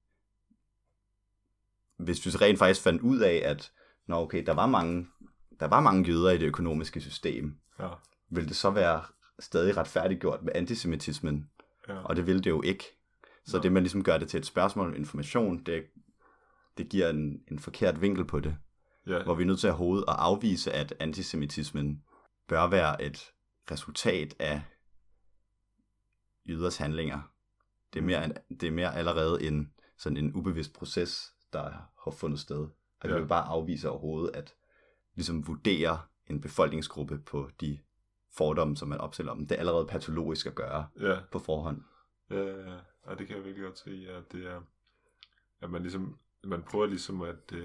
S1: hvis vi rent faktisk fandt ud af, at der var mange jøder i det økonomiske system, ville det så være stadig retfærdiggjort med antisemitismen? Og det ville det jo ikke. Så det man ligesom gør det til et spørgsmål om information, det giver en forkert vinkel på det. Hvor vi er nødt til at afvise, at antisemitismen bør være et resultat af jøders handlinger. Det er mere allerede sådan en ubevidst proces, der har fundet sted. Og det vil bare afvise overhovedet, at ligesom vurdere en befolkningsgruppe på de fordomme, som man opstiller om. Det er allerede patologisk at gøre på forhånd.
S2: Ja. Og det kan jeg virkelig godt se, at det er, at man ligesom, man prøver ligesom at på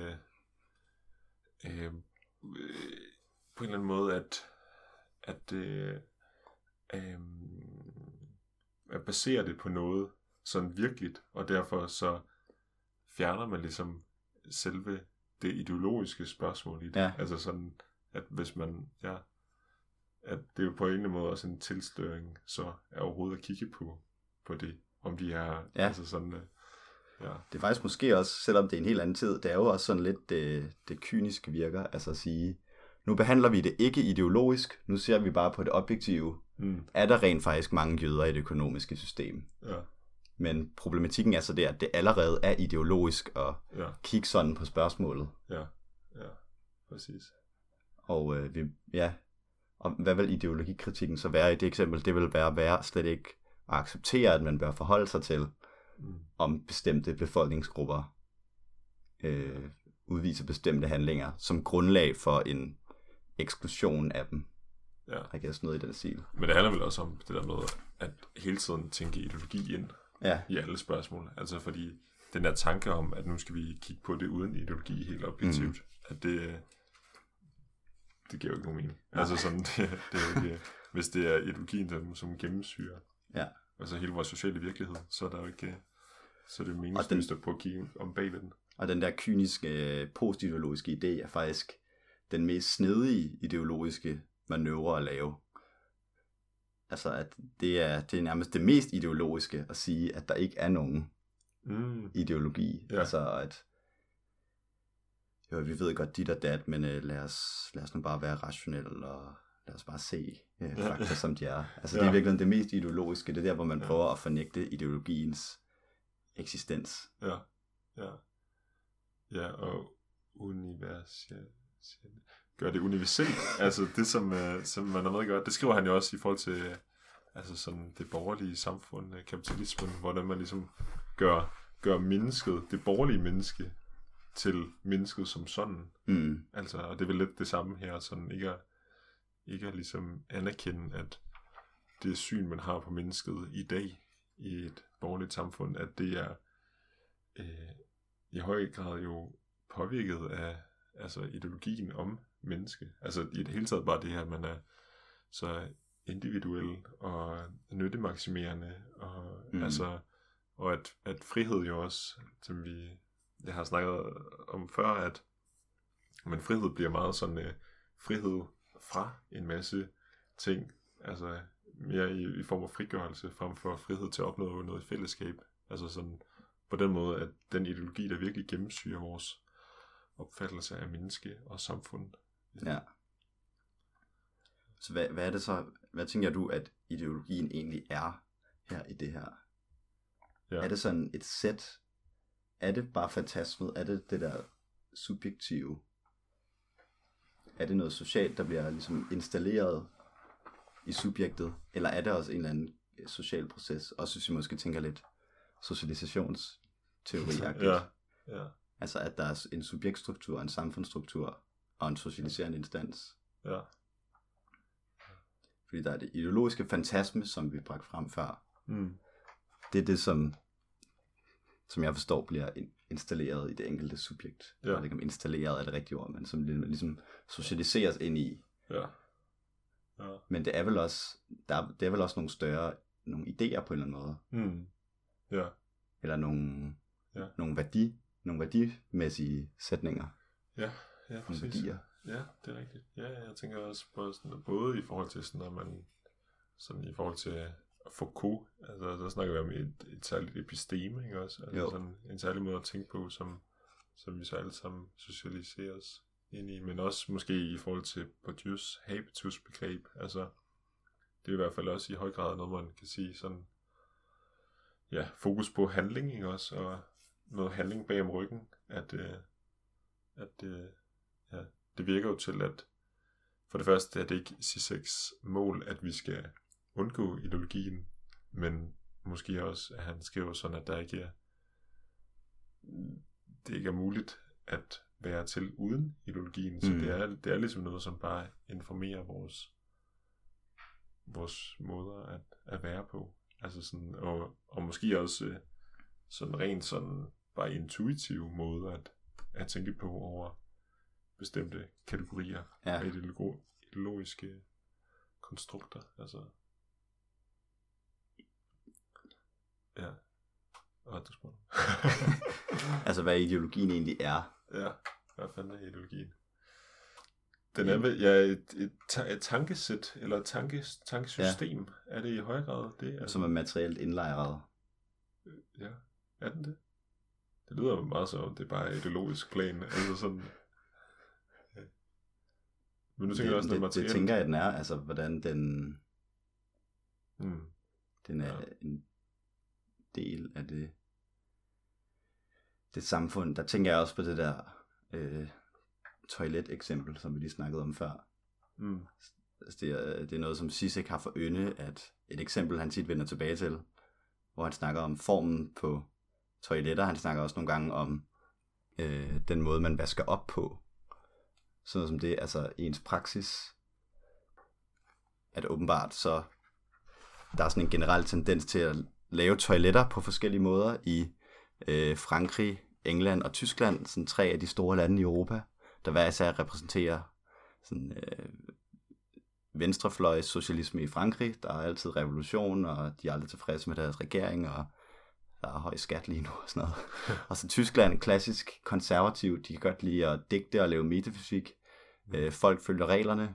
S2: en eller anden måde at basere det på noget sådan virkeligt, og derfor så fjerner man ligesom selve det ideologiske spørgsmål i det.
S1: Ja.
S2: Altså sådan, at hvis man, at det er jo på en eller anden måde også en tilstøring, så er overhovedet at kigge på det, om de er, altså sådan,
S1: Det er faktisk måske også, selvom det er en helt anden tid, det er jo også sådan lidt, det kyniske virker, altså at sige, nu behandler vi det ikke ideologisk, nu ser vi bare på det objektive. Er der rent faktisk mange jøder i det økonomiske system?
S2: Ja.
S1: Men problematikken er så det, at det allerede er ideologisk at kigge sådan på spørgsmålet.
S2: Ja, præcis.
S1: Og og hvad vil ideologikritikken så være i det eksempel? Det vil være slet ikke at acceptere, at man bør forholde sig til, om bestemte befolkningsgrupper udviser bestemte handlinger som grundlag for en eksklusion af dem.
S2: Ja.
S1: Jeg kan noget i den stil.
S2: Men det handler vel også om det der med at hele tiden tænke ideologi ind i alle spørgsmål. Altså fordi den der tanke om, at nu skal vi kigge på det uden ideologi helt objektivt, at det giver jo ikke nogen mening. Altså sådan, det er jo ikke, hvis det er ideologien, som gennemsyrer altså hele vores sociale virkelighed, så er der jo ikke, så er det meningsløst at prøve at kigge om bagved den.
S1: Og den der kyniske postideologiske idé er faktisk den mest snedige ideologiske manøvre at lave. Altså at det er nærmest det mest ideologiske at sige, at der ikke er nogen ideologi. Altså at vi ved godt dit og dat, men lad os nu bare være rationelle og lad os bare se fakta som de er. Altså det er virkelig det mest ideologiske. Det er der, hvor man prøver at fornægte ideologiens eksistens.
S2: Ja, og universelt. Gør det universelt. Altså det, som man er med godt. Det skriver han jo også i forhold til altså sådan det borgerlige samfund, kapitalismen, hvordan man ligesom gør mennesket, det borgerlige menneske, til mennesket som sådan. Altså, og det er vel lidt det samme her, sådan ikke at ligesom anerkende, at det syn, man har på mennesket i dag, i et borgerligt samfund, at det er i høj grad jo påvirket af altså ideologien om menneske. Altså i det hele taget bare det her, at man er så individuel og nyttemaksimerende, og altså, og at frihed jo også, som jeg har snakket om før, at men frihed bliver meget sådan frihed fra en masse ting, altså mere i form af frigørelse, frem for frihed til at opnå noget i fællesskab. Altså sådan på den måde, at den ideologi, der virkelig gennemsyrer vores opfattelse af menneske og samfund.
S1: Ja. Så hvad er det så, hvad tænker du, at ideologien egentlig er her i det her? Ja. Er det sådan et sæt? Er det bare fantasmet? Er det det der subjektive? Er det noget socialt, der bliver ligesom installeret i subjektet? Eller er det også en eller anden social proces? Også hvis vi måske tænker lidt socialisationsteori-agtigt.
S2: Ja.
S1: Altså at der er en subjektstruktur, en samfundsstruktur og en socialiserende instans.
S2: Ja.
S1: Fordi der er det ideologiske fantasme, som vi bragte frem før. Det er det, som jeg forstår, bliver installeret i det enkelte subjekt. Jeg ved ikke, om installeret er det rigtige ord, men som ligesom socialiseres ind i.
S2: Ja.
S1: Men det er vel også, det er vel også nogle idéer på en eller anden måde.
S2: Ja.
S1: Eller nogle værdimæssige sætninger.
S2: Ja, præcis. Værdier. Ja, det er rigtigt. Ja, jeg tænker også på sådan, både i forhold til sådan, når man sådan i forhold til Foucault, altså så snakker vi om et særligt episteme, ikke også? Altså sådan en særlig måde at tænke på, som vi så alle sammen socialiseres ind i, men også måske i forhold til Bourdieu's habitus-begreb, altså det er i hvert fald også i høj grad noget, man kan sige sådan, fokus på handling, ikke også? Og noget handling bag om ryggen, det virker jo til, at for det første er det ikke Zizeks mål, at vi skal undgå ideologien, men måske også, at han skriver sådan, at det ikke er muligt at være til uden ideologien. Så det er ligesom noget, som bare informerer vores måder at være på. Altså sådan, og måske også sådan rent sådan bare intuitiv måde at tænke på over bestemte kategorier af ideologiske konstrukter. Altså, ja. Og du spørger.
S1: Altså, hvad ideologien egentlig er.
S2: Ja, hvad fanden er ideologien? Den er vel et tankesæt, eller et tankesystem, er det i høj grad det? Altså,
S1: som er materielt indlejret.
S2: Ja, er den det? Det lyder jo meget som, det er bare et ideologisk plan, altså sådan. Ja. Men nu tænker jeg også, det materielt.
S1: Det tænker jeg, den er, altså hvordan den er en del af det samfund. Der tænker jeg også på det der toilet-eksempel, som vi lige snakkede om før. Altså det er noget, som Zizek har for ynde, at et eksempel, han tit vender tilbage til, hvor han snakker om formen på toiletter. Han snakker også nogle gange om den måde, man vasker op på. Sådan noget som det, altså ens praksis, at åbenbart så der er sådan en generel tendens til at lave toiletter på forskellige måder i Frankrig, England og Tyskland, sådan 3 af de store lande i Europa, der hver især repræsenterer sådan venstrefløjs socialisme i Frankrig. Der er altid revolution, og de er aldrig tilfredse med deres regering, og der er høj skat lige nu og sådan noget. Og så Tyskland, klassisk konservativ, de kan godt lide at digte og lave metafysik. Folk følger reglerne.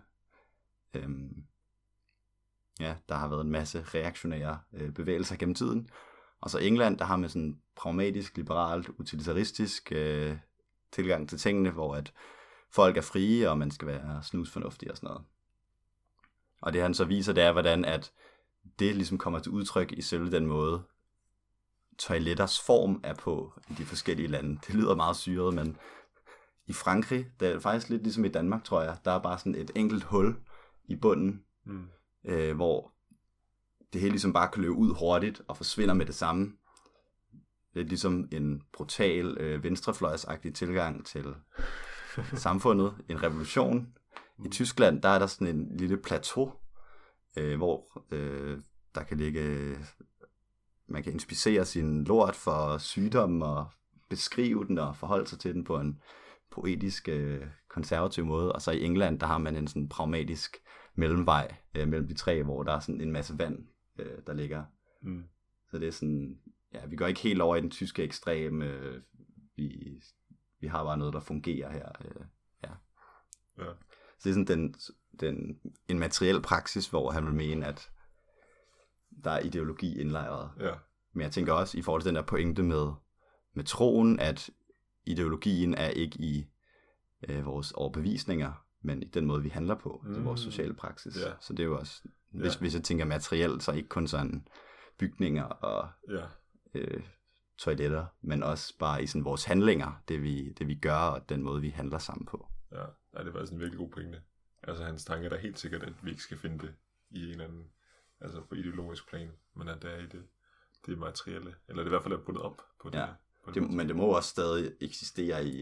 S1: Der har været en masse reaktionære bevægelser gennem tiden. Og så England, der har med sådan pragmatisk, liberalt, utilitaristisk tilgang til tingene, hvor at folk er frie, og man skal være snusfornuftig og sådan noget. Og det han så viser, det er, hvordan at det ligesom kommer til udtryk i selve den måde, toiletters form er på i de forskellige lande. Det lyder meget syret, men i Frankrig, det er faktisk lidt ligesom i Danmark, tror jeg, der er bare sådan et enkelt hul i bunden, hvor det hele ligesom bare kan løbe ud hurtigt og forsvinder med det samme. Det er ligesom en brutal venstrefløjsagtig tilgang til samfundet, en revolution. I Tyskland, der er der sådan en lille plateau, hvor der kan ligge, man kan inspicere sin lort for sygdom og beskrive den og forholde sig til den på en poetisk, konservativ måde. Og så i England, der har man en sådan pragmatisk mellemvej mellem de 3, hvor der er sådan en masse vand, der ligger. Så det er sådan, ja, vi går ikke helt over i den tyske ekstrem. Vi har bare noget, der fungerer her. Ja. Så det er sådan en materiel praksis, hvor han vil mene, at der er ideologi indlejret.
S2: Ja.
S1: Men jeg tænker også, i forhold til den der pointe med troen, at ideologien er ikke i vores overbevisninger, men i den måde, vi handler på, altså vores sociale praksis. Ja. Så det er jo også, hvis jeg tænker materielt, så ikke kun sådan bygninger og toiletter, men også bare i sådan vores handlinger, det vi gør, og den måde, vi handler sammen på.
S2: Ja, det er faktisk en virkelig god pointe. Altså hans tanke er da helt sikkert, at vi ikke skal finde det i en eller anden, altså på ideologisk plan, men at det er i det materielle, eller det i hvert fald er bundet op på det. Ja,
S1: men det må også stadig eksistere i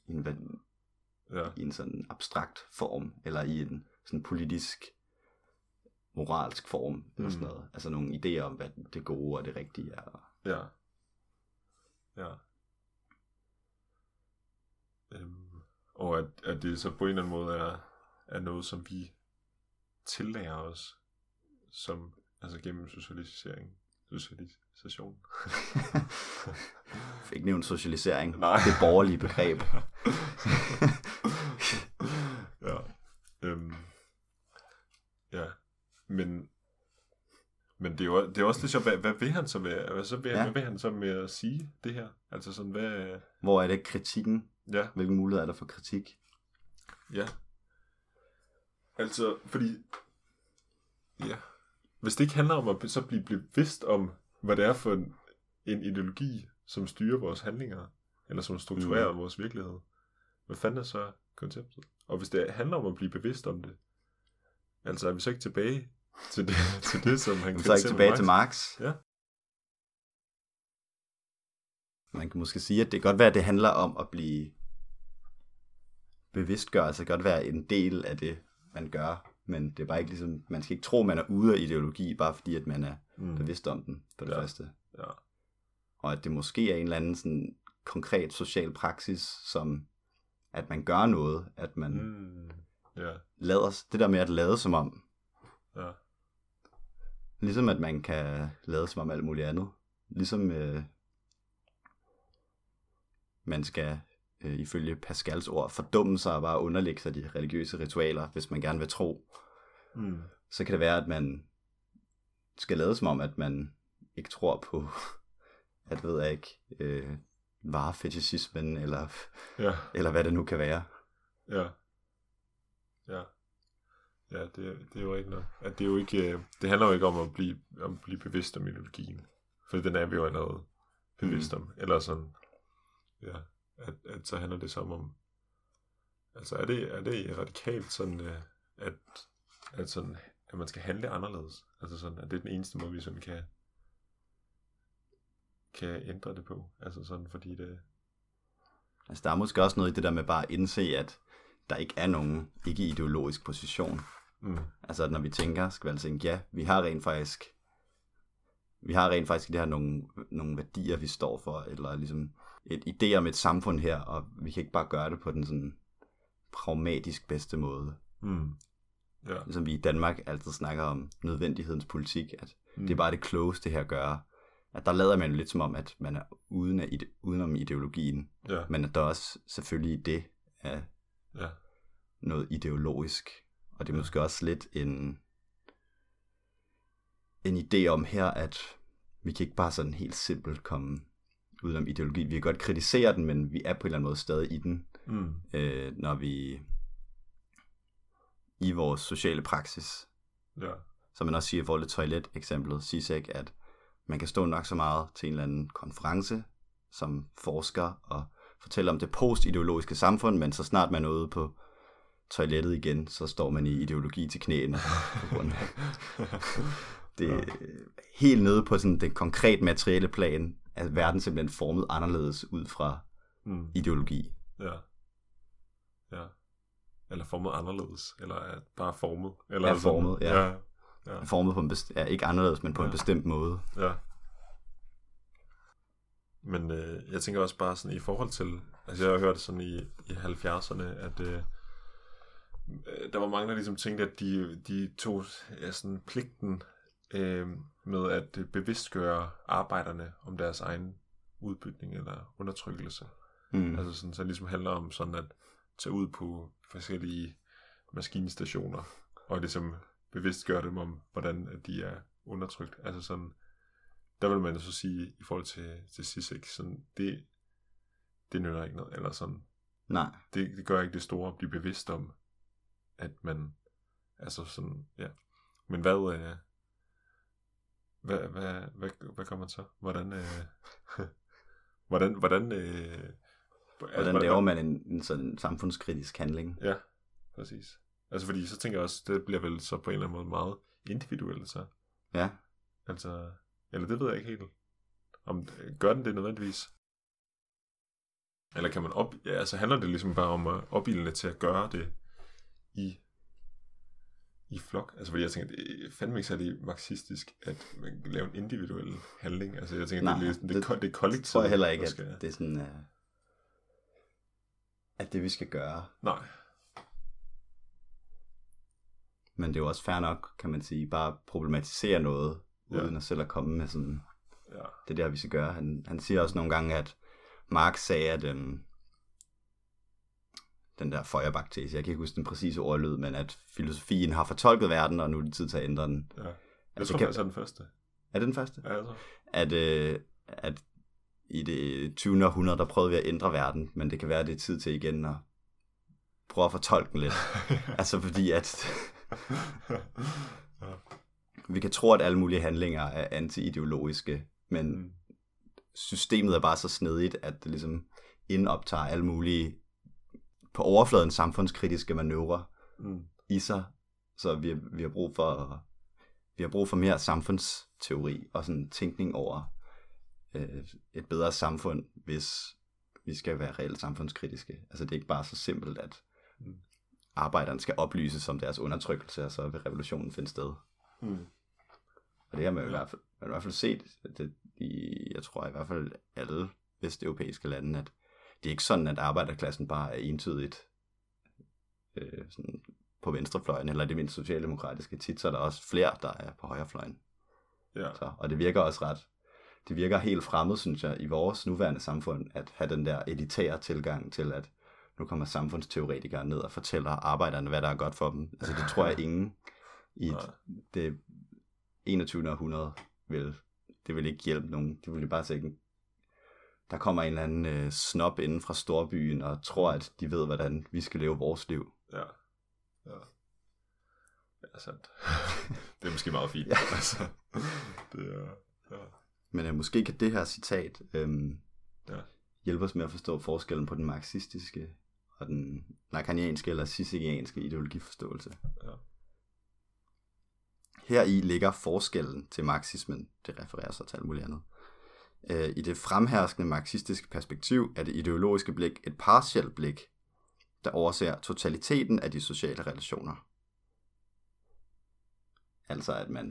S1: en sådan abstrakt form, eller i en sådan politisk, moralsk form, eller sådan noget. Altså nogle idéer om, hvad det gode og det rigtige er.
S2: Ja. Og at det så på en eller anden måde er noget, som vi tillærer os, som, altså gennem socialisation.
S1: Fik nævnt socialisering. Nej. Det borgerlige begreb.
S2: Ja. Men det er også det sjovt, hvad vil han så med, hvad vil han så med at sige det her? Altså sådan, hvad...
S1: Hvor er det kritikken?
S2: Ja.
S1: Hvilken mulighed er der for kritik?
S2: Ja. Altså, fordi... Ja. Hvis det ikke handler om at så blive bevidst om, hvad det er for en ideologi, som styrer vores handlinger, eller som strukturerer vores virkelighed, hvad fanden er så konceptet? Og hvis det handler om at blive bevidst om det, altså er vi så ikke tilbage til det som han
S1: så ikke tilbage til Marx?
S2: Ja.
S1: man kan måske sige, at det kan godt være, at det handler om at blive bevidstgørelse. Altså det kan godt være en del af det, man gør, men det er bare ikke ligesom, man skal ikke tro, man er ude af ideologi, bare fordi, at man er bevidst om den, for det første.
S2: Ja.
S1: Og at det måske er en eller anden sådan konkret social praksis, som at man gør noget, at man lader, det der med at lade som om, ligesom at man kan lade som om alt muligt andet, ligesom man skal ifølge Pascals ord fordumme sig og bare underlægge sig de religiøse ritualer, hvis man gerne vil tro. Så kan det være, at man skal lade som om, at man ikke tror på, at ved jeg ikke, varefetishismen, eller hvad det nu kan være.
S2: Ja, det er jo ikke noget. At det er jo ikke, det handler jo ikke om at blive bevidst om ideologien, for den er vi jo allerede bevidst om, eller sådan, ja, at så handler det så om, altså er det radikalt sådan, at sådan, at man skal handle anderledes, altså sådan, at det er den eneste måde, vi sådan kan ændre det på, altså sådan, fordi det...
S1: Altså der er måske også noget i det der med bare at indse, at der ikke er nogen ikke-ideologisk position. Altså at når vi tænker, skal vi altså tænke, ja, vi har rent faktisk det her nogle værdier, vi står for, eller ligesom et idé om et samfund her, og vi kan ikke bare gøre det på den sådan pragmatisk bedste måde.
S2: Ja.
S1: Ligesom vi i Danmark altid snakker om nødvendighedens politik, at det er bare det klogeste her at gøre. At der lader man jo lidt som om, at man er udenom ideologien, men at der også selvfølgelig i det er noget ideologisk. Og det er måske også lidt en idé om her, at vi kan ikke bare sådan helt simpelt komme udenom ideologi. Vi kan godt kritisere den, men vi er på en eller anden måde stadig i den, når vi i vores sociale praksis. Som man også siger i forhold til toilet-eksemplet, Zizek, at man kan stå nok så meget til en eller anden konference som forsker og fortælle om det postideologiske samfund, men så snart man er ude på toilettet igen, så står man i ideologi til knæene. Det er helt nede på sådan det konkret materielle plan, at verden simpelthen formet anderledes ud fra ideologi.
S2: Ja. Eller formet anderledes, eller er bare formet. Eller
S1: er formet,
S2: ja.
S1: Formet på en ikke anderledes, men på en bestemt måde.
S2: Ja. Men jeg tænker også bare sådan i forhold til, altså jeg har hørt sådan i 70'erne, at der var mange, der ligesom tænkte, at de tog sådan pligten med at bevidstgøre arbejderne om deres egen udbytning eller undertrykkelse. Altså sådan, så det ligesom handler om sådan at tage ud på forskellige maskinstationer og ligesom bevidstgøre dem om, hvordan de er undertrykt. Altså sådan, der vil man så sige i forhold til Zizek, sådan, det nytter ikke noget, eller sådan.
S1: Nej.
S2: Det gør ikke det store at blive bevidst om, at man, altså sådan, ja. Men hvad gør man så? Hvordan
S1: laver man en sådan samfundskritisk handling?
S2: Ja, præcis. Altså fordi så tænker jeg også, det bliver vel så på en eller anden måde meget individuelt så.
S1: Ja.
S2: Altså, eller det ved jeg ikke helt. Gør den det nødvendigvis? Eller kan man altså handler det ligesom bare om at opildne til at gøre det i flok? Altså fordi jeg tænker, det er fandme ikke særlig marxistisk, at man kan lave en individuel handling. Altså jeg tænker, det er kollektivt.
S1: Tror jeg heller ikke, at det er sådan, at det vi skal gøre.
S2: Nej.
S1: Men det er jo også fair nok, kan man sige, bare problematisere noget, uden at selv at komme med sådan, det er det, vi skal gøre. Han siger også nogle gange, at Marx sagde, at den der Feuerbach-tese, jeg kan ikke huske den præcise ordlyd, men at filosofien har fortolket verden, og nu er det tid til at ændre den.
S2: Ja. Jeg tror faktisk, er den første.
S1: Er det den første?
S2: Ja, jeg tror.
S1: At i det 20. århundrede, der prøvede vi at ændre verden, men det kan være, at det er tid til igen at prøve at fortolke den lidt. Altså fordi at vi kan tro, at alle mulige handlinger er anti-ideologiske, men systemet er bare så snedigt, at det ligesom indoptager alle mulige på overfladen samfundskritiske manøvrer i sig, så vi har brug for mere samfundsteori og sådan tænkning over et bedre samfund, hvis vi skal være reelt samfundskritiske. Altså det er ikke bare så simpelt, at arbejderne skal oplyses om deres undertrykkelse, og så vil revolutionen finde sted. Og det har man i hvert fald set, jeg tror i hvert fald alle vesteuropæiske lande, at det er ikke sådan, at arbejderklassen bare er entydigt sådan på venstrefløjen, eller det mindst socialdemokratiske. Tit så er der også flere, der er på højrefløjen.
S2: Ja.
S1: Og det virker også det virker helt fremmed, synes jeg, i vores nuværende samfund, at have den der elitære tilgang til, at nu kommer samfundsteoretikere ned og fortæller arbejderne, hvad der er godt for dem. Altså det tror jeg ingen i det 21. århundrede det vil ikke hjælpe nogen. Det vil jo bare sige, der kommer en eller anden snob inden fra storbyen og tror, at de ved, hvordan vi skal leve vores liv.
S2: Ja. Ja, sandt. Det er måske meget fint.
S1: Ja.
S2: Altså, det er, ja.
S1: Men måske kan det her citat hjælpe os med at forstå forskellen på den marxistiske og den lacanianske eller Sisygianske ideologiforståelse.
S2: Ja.
S1: Heri ligger forskellen til marxismen, det refererer sig til alt muligt andet. I det fremherskende marxistiske perspektiv er det ideologiske blik et partielt blik, der overser totaliteten af de sociale relationer. Altså at man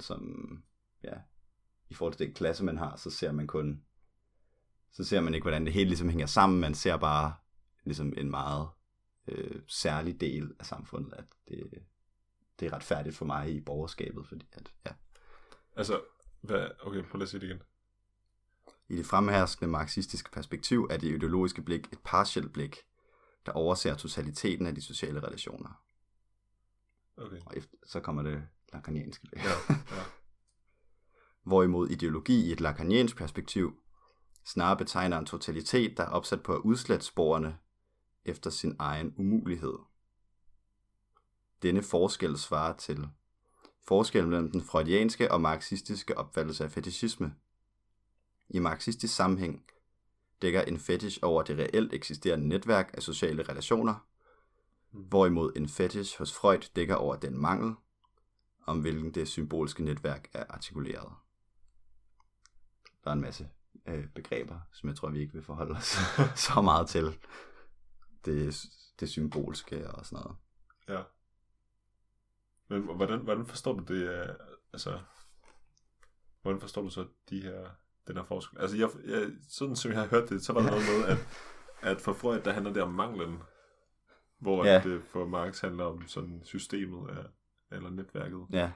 S1: i forhold til den klasse, man har, så ser man ikke, hvordan det hele ligesom hænger sammen. Man ser bare ligesom en meget særlig del af samfundet, at det er retfærdigt for mig i borgerskabet, fordi at,
S2: Altså, okay, prøv lige at sige det igen.
S1: I det fremherskende marxistiske perspektiv er det ideologiske blik et partielt blik, der overser totaliteten af de sociale relationer.
S2: Okay.
S1: Og så kommer det lacanianske blik.
S2: Ja.
S1: Hvorimod ideologi i et lacaniansk perspektiv snarere betegner en totalitet, der er opsat på at udslette sporene efter sin egen umulighed. Denne forskel svarer til forskellen mellem den freudianske og marxistiske opfattelse af fetishisme. I marxistisk sammenhæng dækker en fetish over det reelt eksisterende netværk af sociale relationer, hvorimod en fetish hos Freud dækker over den mangel, om hvilken det symbolske netværk er artikuleret. Der er en masse begreber, som jeg tror, vi ikke vil forholde os så meget til. Det symbolske og sådan noget.
S2: Ja. Men hvordan forstår du det? Altså, hvordan forstår du så den her forskel? Altså, jeg, sådan som jeg har hørt det, så var der noget med, at for Freud, der handler det om manglen, hvor det for Marx handler om sådan systemet eller netværket.
S1: Ja.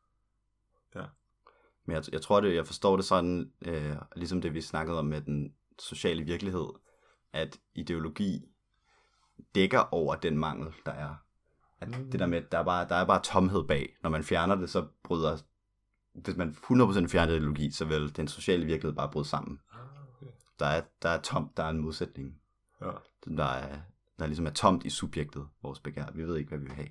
S1: Men jeg tror jeg forstår det sådan, ligesom det vi snakkede om med den sociale virkelighed, at ideologi dækker over den mangel, der er. At det der med, der er bare tomhed bag. Når man fjerner det, så bryder... Hvis man 100% fjerner ideologi, så vil den sociale virkelighed bare bryde sammen. Okay. Der er tomt, der er en modsætning.
S2: Ja.
S1: Der ligesom er tomt i subjektet, vores begær. Vi ved ikke, hvad vi vil have.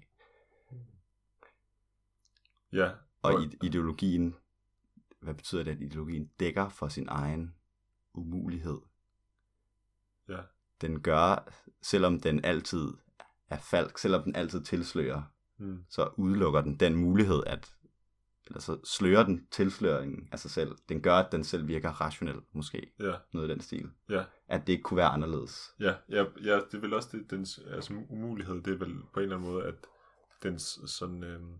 S2: Ja.
S1: Og ideologien, hvad betyder det, at ideologien dækker for sin egen umulighed?
S2: Ja.
S1: Den gør, selvom den altid er falsk, selvom den altid tilslører, så udelukker den mulighed, eller så slører den tilsløringen af sig selv. Den gør, at den selv virker rationel, måske.
S2: Ja.
S1: Noget i den stil.
S2: Ja.
S1: At det ikke kunne være anderledes.
S2: Ja, det er vel også dens umulighed, det er vel på en eller anden måde, at dens sådan...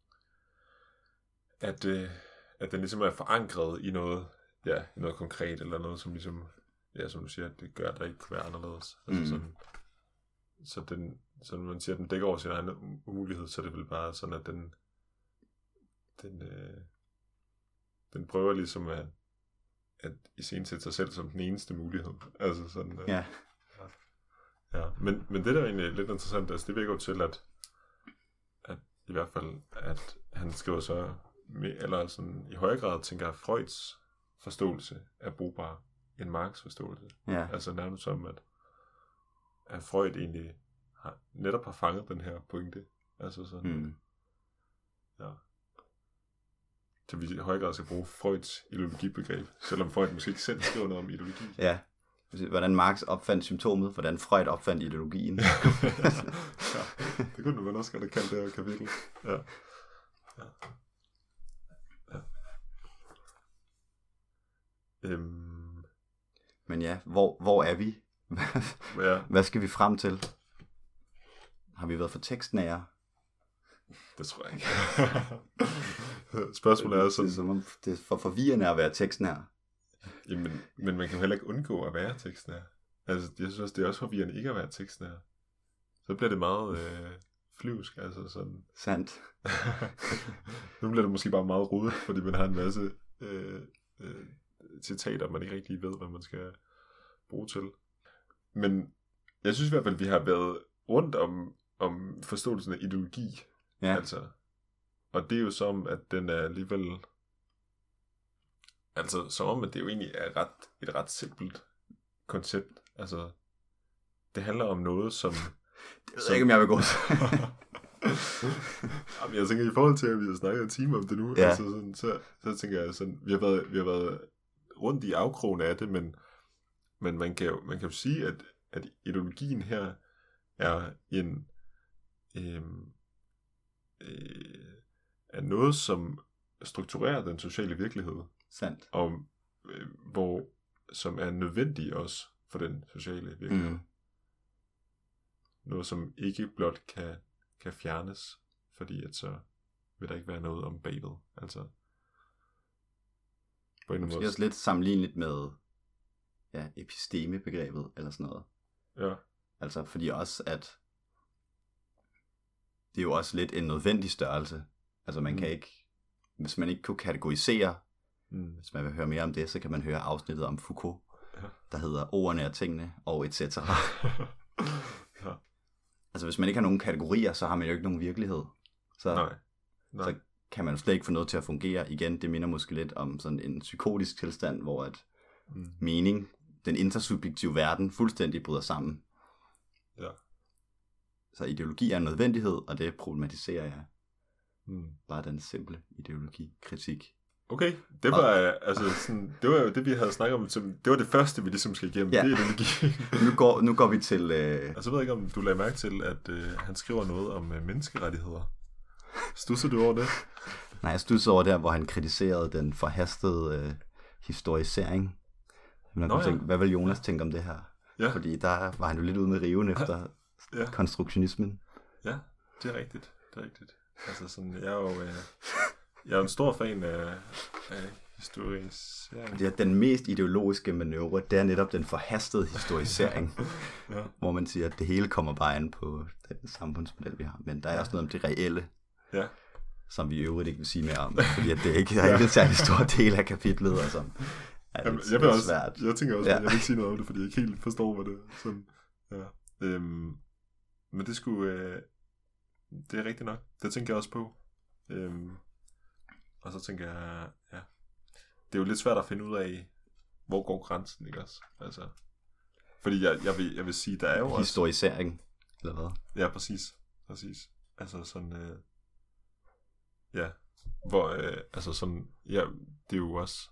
S2: at den ligesom er forankret i noget, i noget konkret, eller noget, som ligesom, som du siger, det gør, at der ikke kunne være anderledes. Altså sådan, så når man siger, at den dækker over sin egen umulighed, så er det vel bare sådan, at den prøver ligesom at iscenesætte sig selv som den eneste mulighed. Altså sådan,
S1: ja.
S2: Men det der er egentlig lidt interessant, altså det virker jo til, at i hvert fald, at han skriver så, eller sådan i højere grad tænker jeg, Freuds forståelse er brugbar end Marx' forståelse.
S1: Ja.
S2: Altså nærmest som, at Freud egentlig netop har fanget den her pointe. Altså sådan, ja. Så vi i høj grad skal bruge Freuds ideologibegreb, selvom Freud måske ikke selv skriver noget om ideologi.
S1: Ja, hvordan Marx opfandt symptomet, hvordan Freud opfandt ideologien.
S2: Ja, det kunne man også godt kalde det her kapitel. Ja.
S1: Men ja, hvor er vi?
S2: Ja.
S1: Hvad skal vi frem til? Har vi været for tekstnære?
S2: Det tror jeg ikke. Spørgsmålet er sådan...
S1: Det er, som om det er for forvirrende at være tekstnær.
S2: Jamen, men man kan jo heller ikke undgå at være tekstnær. Altså, jeg synes også, det er også forvirrende ikke at være tekstnær. Så bliver det meget flyvsk, altså sådan.
S1: Sandt.
S2: Nu bliver det måske bare meget rodet, fordi man har en masse citater, man ikke rigtig ved, hvad man skal bruge til. Men jeg synes i hvert fald, at vi har været rundt om forståelsen af ideologi.
S1: Ja.
S2: Altså. Og det er jo som, at den er alligevel... Altså, som om, at det jo egentlig er et ret simpelt koncept. Altså, det handler om noget, som...
S1: Det ved jeg ikke, om jeg vil gå.
S2: Jamen, jeg tænker, i forhold til, at vi har snakket en time om det nu,
S1: ja.
S2: altså sådan, så tænker jeg sådan, vi har været rundt i afkrogen af det, men man kan jo sige, at ideologien her er er noget, som strukturerer den sociale virkelighed.
S1: Sandt.
S2: Og som er nødvendig også for den sociale virkelighed.
S1: Mm. Noget,
S2: som ikke blot kan fjernes, fordi at så vil der ikke være noget om bagved. Altså, på en måde.
S1: Det er også lidt sammenligneligt med epistemebegrebet, eller sådan noget.
S2: Ja.
S1: Altså, fordi også, at det er jo også lidt en nødvendig størrelse. Altså, man kan ikke, hvis man ikke kunne kategorisere, hvis man vil høre mere om det, så kan man høre afsnittet om Foucault, der hedder Ordene og tingene, og et cetera.
S2: Ja.
S1: Altså, hvis man ikke har nogen kategorier, så har man jo ikke nogen virkelighed.
S2: Nej.
S1: Så kan man jo slet ikke få noget til at fungere. Igen, det minder måske lidt om sådan en psykotisk tilstand, hvor at mening, den intersubjektive verden, fuldstændig bryder sammen.
S2: Ja.
S1: Så ideologi er en nødvendighed, og det problematiserer jeg. Bare den simple ideologikritik.
S2: Okay, det var altså sådan, det var jo det, vi havde snakket om. Det var det første, vi ligesom skal igennem. Ja. Det er ideologi.
S1: nu går vi til...
S2: Og så ved jeg ikke, om du lagde mærke til, at han skriver noget om menneskerettigheder. Studsede du over det?
S1: Nej, jeg studsede over der, hvor han kritiserede den forhastede historisering. Tænke, hvad vil Jonas tænke om det her?
S2: Ja.
S1: Fordi der var han jo lidt ude med riven efter konstruktionismen.
S2: Ja, det er rigtigt. Altså sådan, jeg er en stor fan af historisering.
S1: Det er den mest ideologiske manøvre, det er netop den forhastede historisering, hvor man siger, at det hele kommer bare an på den samfundsmodel, vi har. Men der er også noget om det reelle, som vi i øvrigt ikke vil sige mere om, fordi at det ikke er en særlig stor del af kapitlet, og som er lidt svært.
S2: Jeg tænker også, at jeg vil ikke sige noget om det, fordi jeg ikke helt forstår, hvad det er. Sådan, men det skulle... det er rigtigt nok. Det tænker jeg også på. Og så tænker jeg, det er jo lidt svært at finde ud af, hvor går grænsen, ikke også? Altså, fordi jeg vil sige, der er jo
S1: historisering, eller hvad?
S2: Ja, præcis. Altså sådan, hvor, altså sådan, det er jo også,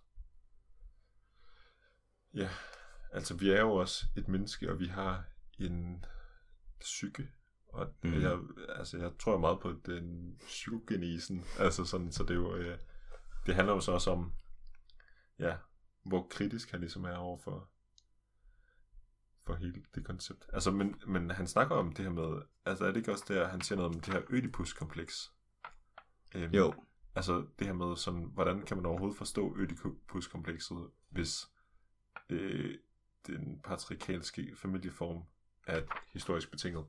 S2: altså vi er jo også et menneske, og vi har en psyke. Og jeg tror meget på den psykogenesen, altså sådan, så det er jo, det handler jo så også om, hvor kritisk han ligesom er over for hele det koncept. Altså, men han snakker om det her med, altså er det ikke også der, han siger noget om det her Ødipus-kompleks?
S1: Jo.
S2: Altså det her med sådan, hvordan kan man overhovedet forstå Ødipus-komplekset, hvis den patriarkalske familieform er historisk betinget?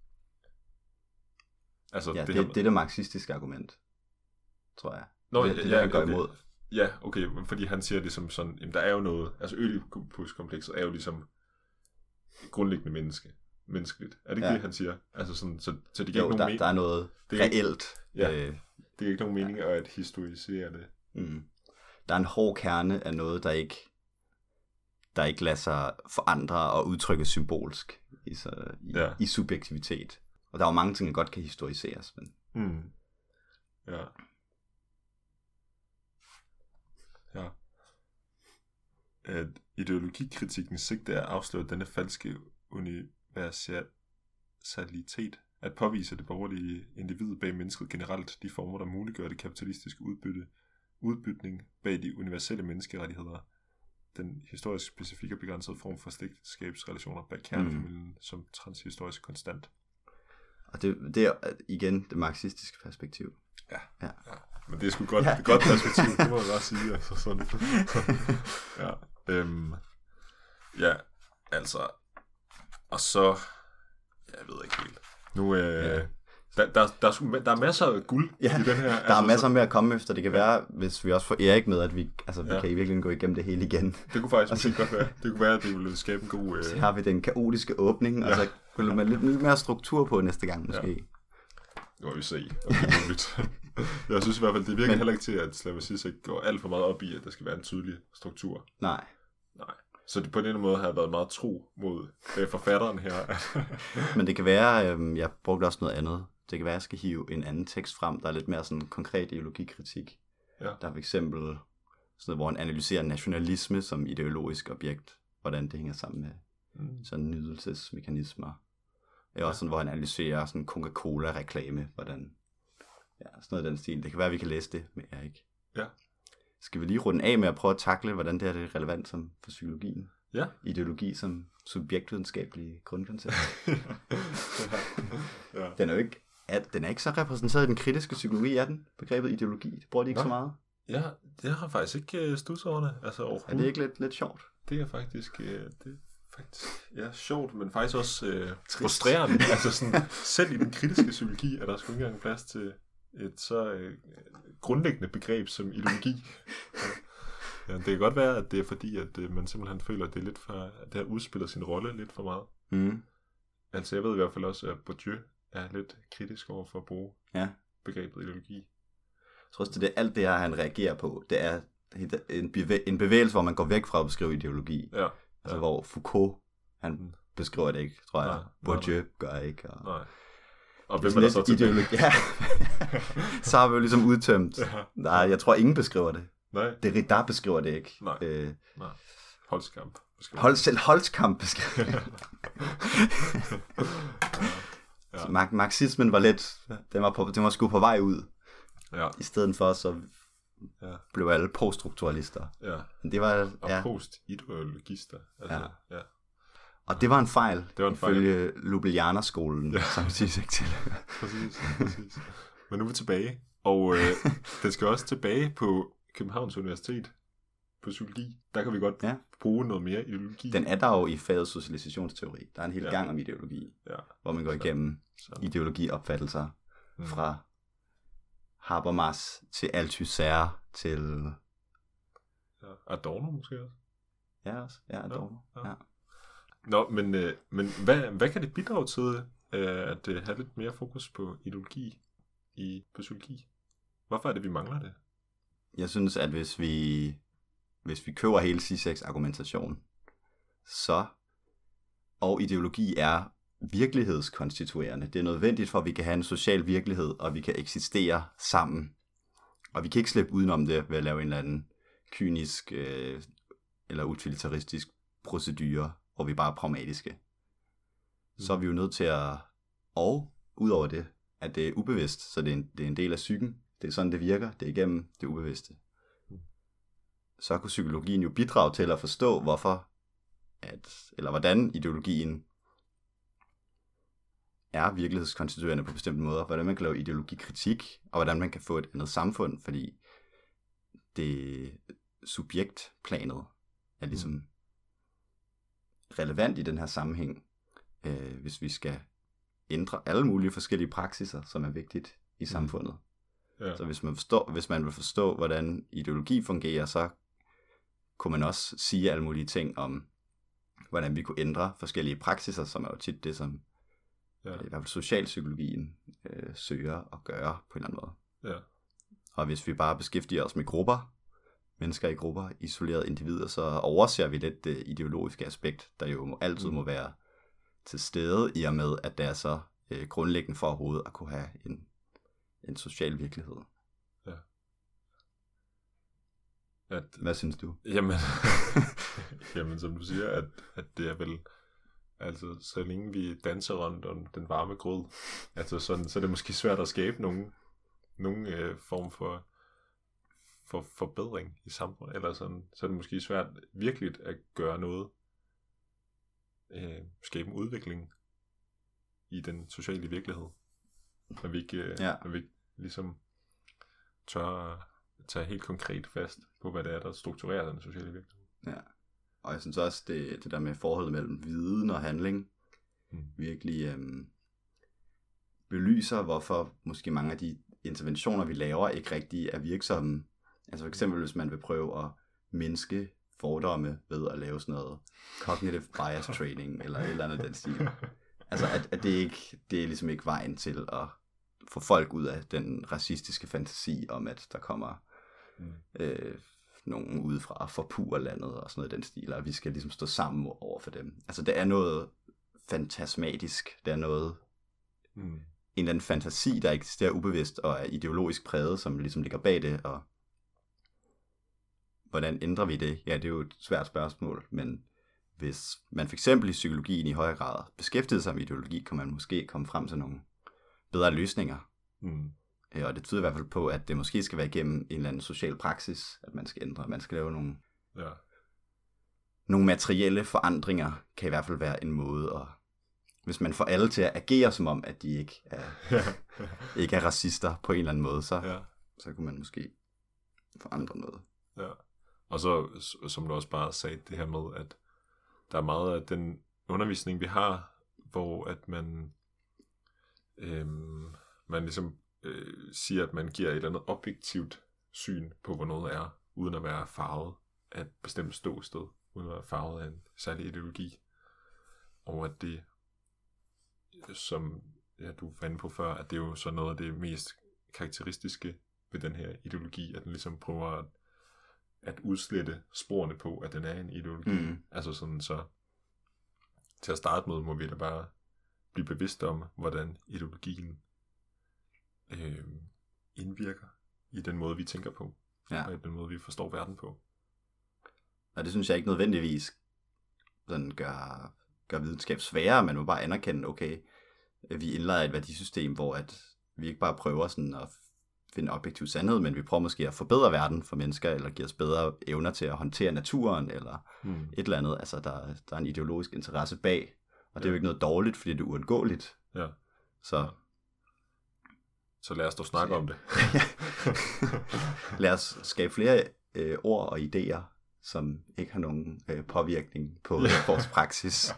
S2: Altså,
S1: det er det marxistiske argument, tror jeg.
S2: Nå,
S1: det han går imod.
S2: Ja, okay, fordi han siger det som sådan, jamen, der er jo noget, altså Ødipus-komplekset er jo ligesom grundlæggende menneskeligt. Er det ikke det, han siger? Altså sådan, så det giver ikke nogen mening.
S1: Der er noget reelt.
S2: Det giver ikke nogen mening at historisere det.
S1: Der er en hård kerne af noget, der ikke lader sig forandre og udtrykke symbolsk i subjektivitet. Og der er jo mange ting, der godt kan historiseres. Men...
S2: Ja. At ideologikritikkens sigte er at afsløre denne falske universalitet. At påvise det borgerlige individ bag mennesket generelt, de former, der muliggør det kapitalistiske udbytning bag de universelle menneskerettigheder. den historisk specifikke og begrænsede form for slægtskabsrelationer bag kernefamilien som transhistorisk konstant.
S1: Og det er igen det marxistiske perspektiv.
S2: Ja. Men det er sgu godt, et godt perspektiv, det må jeg bare sige. Altså sådan. Ja, altså, og så, jeg ved ikke helt. Nu, der er masser af guld i den her.
S1: Der er masser med at komme efter. Det kan være, hvis vi også får Erik med, at vi kan i virkeligheden gå igennem det hele igen.
S2: Det kunne faktisk måske godt være. Det kunne være, at det ville skabe en god...
S1: Så har vi den kaotiske åbning, og så kunne man lidt mere struktur på næste gang måske.
S2: Ja. Nu må vi se, om det er muligt. Jeg synes i hvert fald, det virker heller ikke til, at Slavoj Žižek går alt for meget op i, at der skal være en tydelig struktur.
S1: Nej.
S2: Så det på den måde har jeg været meget tro mod forfatteren her.
S1: Men det kan være, jeg brugte også noget andet. Det kan være, at jeg skal hive en anden tekst frem, der er lidt mere sådan konkret ideologikritik.
S2: Ja.
S1: Der er for eksempel sådan noget, hvor han analyserer nationalisme som ideologisk objekt, hvordan det hænger sammen med sådan nydelsesmekanismer. Det er også sådan, hvor han analyserer sådan Coca-Cola-reklame, hvordan, sådan noget af den stil. Det kan være, at vi kan læse det med Erik.
S2: Ja. Skal
S1: vi lige runde af med at prøve at takle, hvordan det her er relevant for psykologien?
S2: Ja.
S1: Ideologi som subjektvidenskabelig grundkoncept.
S2: Ja.
S1: Den er ikke så repræsenteret i den kritiske psykologi, er den? Begrebet ideologi, det bruger de ikke så meget.
S2: Ja, det har faktisk ikke studset over det. Altså,
S1: er det ikke lidt sjovt?
S2: Det er faktisk... sjovt, men faktisk også frustrerende. Altså sådan, selv i den kritiske psykologi er der sgu ikke engang plads til et så grundlæggende begreb som ideologi. Ja, det kan godt være, at det er fordi, at man simpelthen føler, at det er lidt for, at det har udspillet sin rolle lidt for meget.
S1: Mm.
S2: Altså jeg ved i hvert fald også, at Bourdieu er lidt kritisk over for at bruge begrebet ideologi.
S1: Jeg tror også, det er alt det her, han reagerer på. Det er en bevægelse, hvor man går væk fra at beskrive ideologi.
S2: Ja.
S1: Altså hvor Foucault, han beskriver det ikke, tror jeg. Bourdieu gør ikke.
S2: Nej. Og hvem er der så tilbage?
S1: Ja. Så har vi jo ligesom udtømt. Nej, jeg tror ingen beskriver det.
S2: Nej.
S1: Derrida beskriver det ikke.
S2: Nej. Holzkamp beskriver
S1: det. Selv Holzkamp beskriver det. Ja. Marxismen var lidt, den var sgu på vej ud.
S2: Ja.
S1: I stedet for så blev alle poststrukturalister.
S2: Ja.
S1: Men det var
S2: og postideologister. Altså, ja.
S1: Og det var en fejl. Ifølge Ljubljana-skolen, som Žižek til.
S2: Præcis. Men nu er vi tilbage. Og den skal også tilbage på Københavns Universitet på psykologi. Der kan vi godt bruge noget mere ideologi.
S1: Den er der jo i faget socialisationsteori. Der er en hel gang om ideologi, hvor man går igennem ideologiopfattelser fra Habermas til Althusser til...
S2: Adorno måske også?
S1: Ja, også. Ja, Adorno. Ja.
S2: Nå, men hvad kan det bidrage til at have lidt mere fokus på ideologi på psykologi? Hvorfor er det, vi mangler det?
S1: Jeg synes, at hvis vi køber hele Žižeks argumentation, og ideologi er virkelighedskonstituerende. Det er nødvendigt for, at vi kan have en social virkelighed, og vi kan eksistere sammen. Og vi kan ikke slippe udenom det ved at lave en eller anden kynisk eller utilitaristisk procedure, hvor vi bare er pragmatiske. Så er vi jo nødt til at, og udover det, at det er ubevidst, så det er en del af psyken. Det er sådan, det virker. Det er igennem det ubevidste. Så kunne psykologien jo bidrage til at forstå, hvordan ideologien er virkelighedskonstituerende på bestemte måder, hvordan man kan lave ideologikritik, og hvordan man kan få et andet samfund, fordi det subjektplanet er ligesom relevant i den her sammenhæng, hvis vi skal ændre alle mulige forskellige praksiser, som er vigtigt i samfundet.
S2: Ja.
S1: Så hvis man vil forstå, hvordan ideologi fungerer, så kunne man også sige alle mulige ting om, hvordan vi kunne ændre forskellige praksiser, som er jo tit det, som i hvert fald socialpsykologien søger at gøre på en eller anden måde.
S2: Ja.
S1: Og hvis vi bare beskæftiger os med grupper, mennesker i grupper, isolerede individer, så overser vi lidt det ideologiske aspekt, der jo altid må være til stede, i og med, at det er så grundlæggende for overhovedet at kunne have en social virkelighed.
S2: Ja.
S1: Hvad synes du?
S2: Jamen som du siger, at det er vel, altså så længe vi danser rundt om den varme grød, altså sådan, så er det måske svært at skabe nogen form for forbedring i samfundet, eller sådan, så er det måske svært virkelig at gøre noget, skabe en udvikling i den sociale virkelighed, når vi ikke ligesom tør at tage helt konkret fast på, hvad det er, der strukturerer den sociale virkelighed.
S1: Ja, og jeg synes også, det der med forholdet mellem viden og handling, virkelig belyser, hvorfor måske mange af de interventioner, vi laver, ikke rigtig er virksomme. Altså for eksempel, hvis man vil prøve at mindske fordomme ved at lave sådan noget cognitive bias training, eller et eller andet den stil. Altså at det er ligesom ikke vejen til at få folk ud af den racistiske fantasi om, at der kommer nogen udefra og forpurer landet og sådan noget den stil, og vi skal ligesom stå sammen over for dem. Altså det er noget fantasmatisk, det er noget en eller anden fantasi, der eksisterer ubevidst og er ideologisk præget, som ligesom ligger bag det, og hvordan ændrer vi det? Ja, det er jo et svært spørgsmål, men hvis man for eksempel i psykologien i højere grad beskæftigede sig med ideologi, kan man måske komme frem til nogle bedre løsninger. Og det tyder i hvert fald på, at det måske skal være igennem en eller anden social praksis, at man skal ændre. Man skal lave nogle materielle forandringer, kan i hvert fald være en måde at, hvis man får alle til at agere som om, at de ikke er racister på en eller anden måde, så kunne man måske forandre noget.
S2: Ja. Og så, som du også bare sagde, det her med, at der er meget af den undervisning, vi har, hvor at man ligesom siger, at man giver et eller andet objektivt syn på, hvor noget er, uden at være farvet af et bestemt ståsted, uden at være farvet af en særlig ideologi. Og at det, som du var inde på før, at det er jo så noget af det mest karakteristiske ved den her ideologi, at den ligesom prøver at udslette sporene på, at den er en ideologi. Altså sådan, så til at starte med, må vi da bare blive bevidste om, hvordan ideologien indvirker i den måde, vi tænker på, og i den måde, vi forstår verden på.
S1: Og det synes jeg ikke nødvendigvis sådan gør videnskab sværere, man må bare anerkende, okay, vi indleder et værdisystem, hvor at vi ikke bare prøver sådan at finde objektiv sandhed, men vi prøver måske at forbedre verden for mennesker, eller give os bedre evner til at håndtere naturen, eller et eller andet. Altså, der er en ideologisk interesse bag, og det er jo ikke noget dårligt, fordi det er uundgåeligt.
S2: Ja.
S1: Så
S2: lad os dog snakke om det.
S1: Lad os skabe flere ord og idéer, som ikke har nogen påvirkning på vores praksis.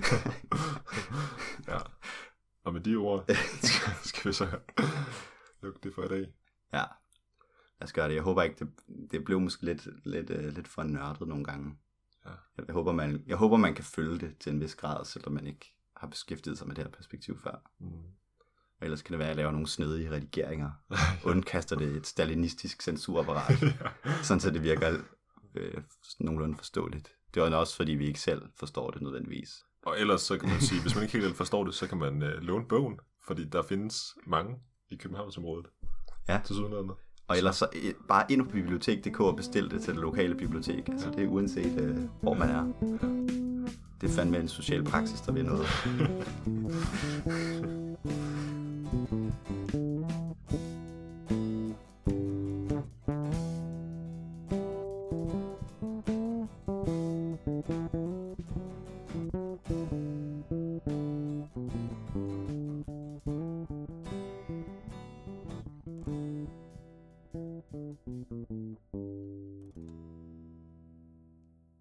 S2: Ja. Og med de ord skal vi så lukke det for i dag.
S1: Ja, lad os gøre det. Jeg håber ikke, det blev måske lidt for nørdet nogle gange. Ja. Jeg håber, man kan følge det til en vis grad, selvom man ikke har beskæftiget sig med det her perspektiv før. Og ellers kan det være, at jeg laver nogle snedige redigeringer, undkaster det et stalinistisk censurapparat, sådan så det virker nogenlunde forståeligt. Det er også, fordi vi ikke selv forstår det nødvendigvis.
S2: Og ellers så kan man sige, hvis man ikke helt forstår det, så kan man låne bogen, fordi der findes mange i Københavnsområdet.
S1: Ja.
S2: Til sydlandet.
S1: Og ellers så bare ind på bibliotek.dk og bestil det til det lokale bibliotek. Altså det er uanset hvor man er. Det er fandme en social praksis, der vil noget.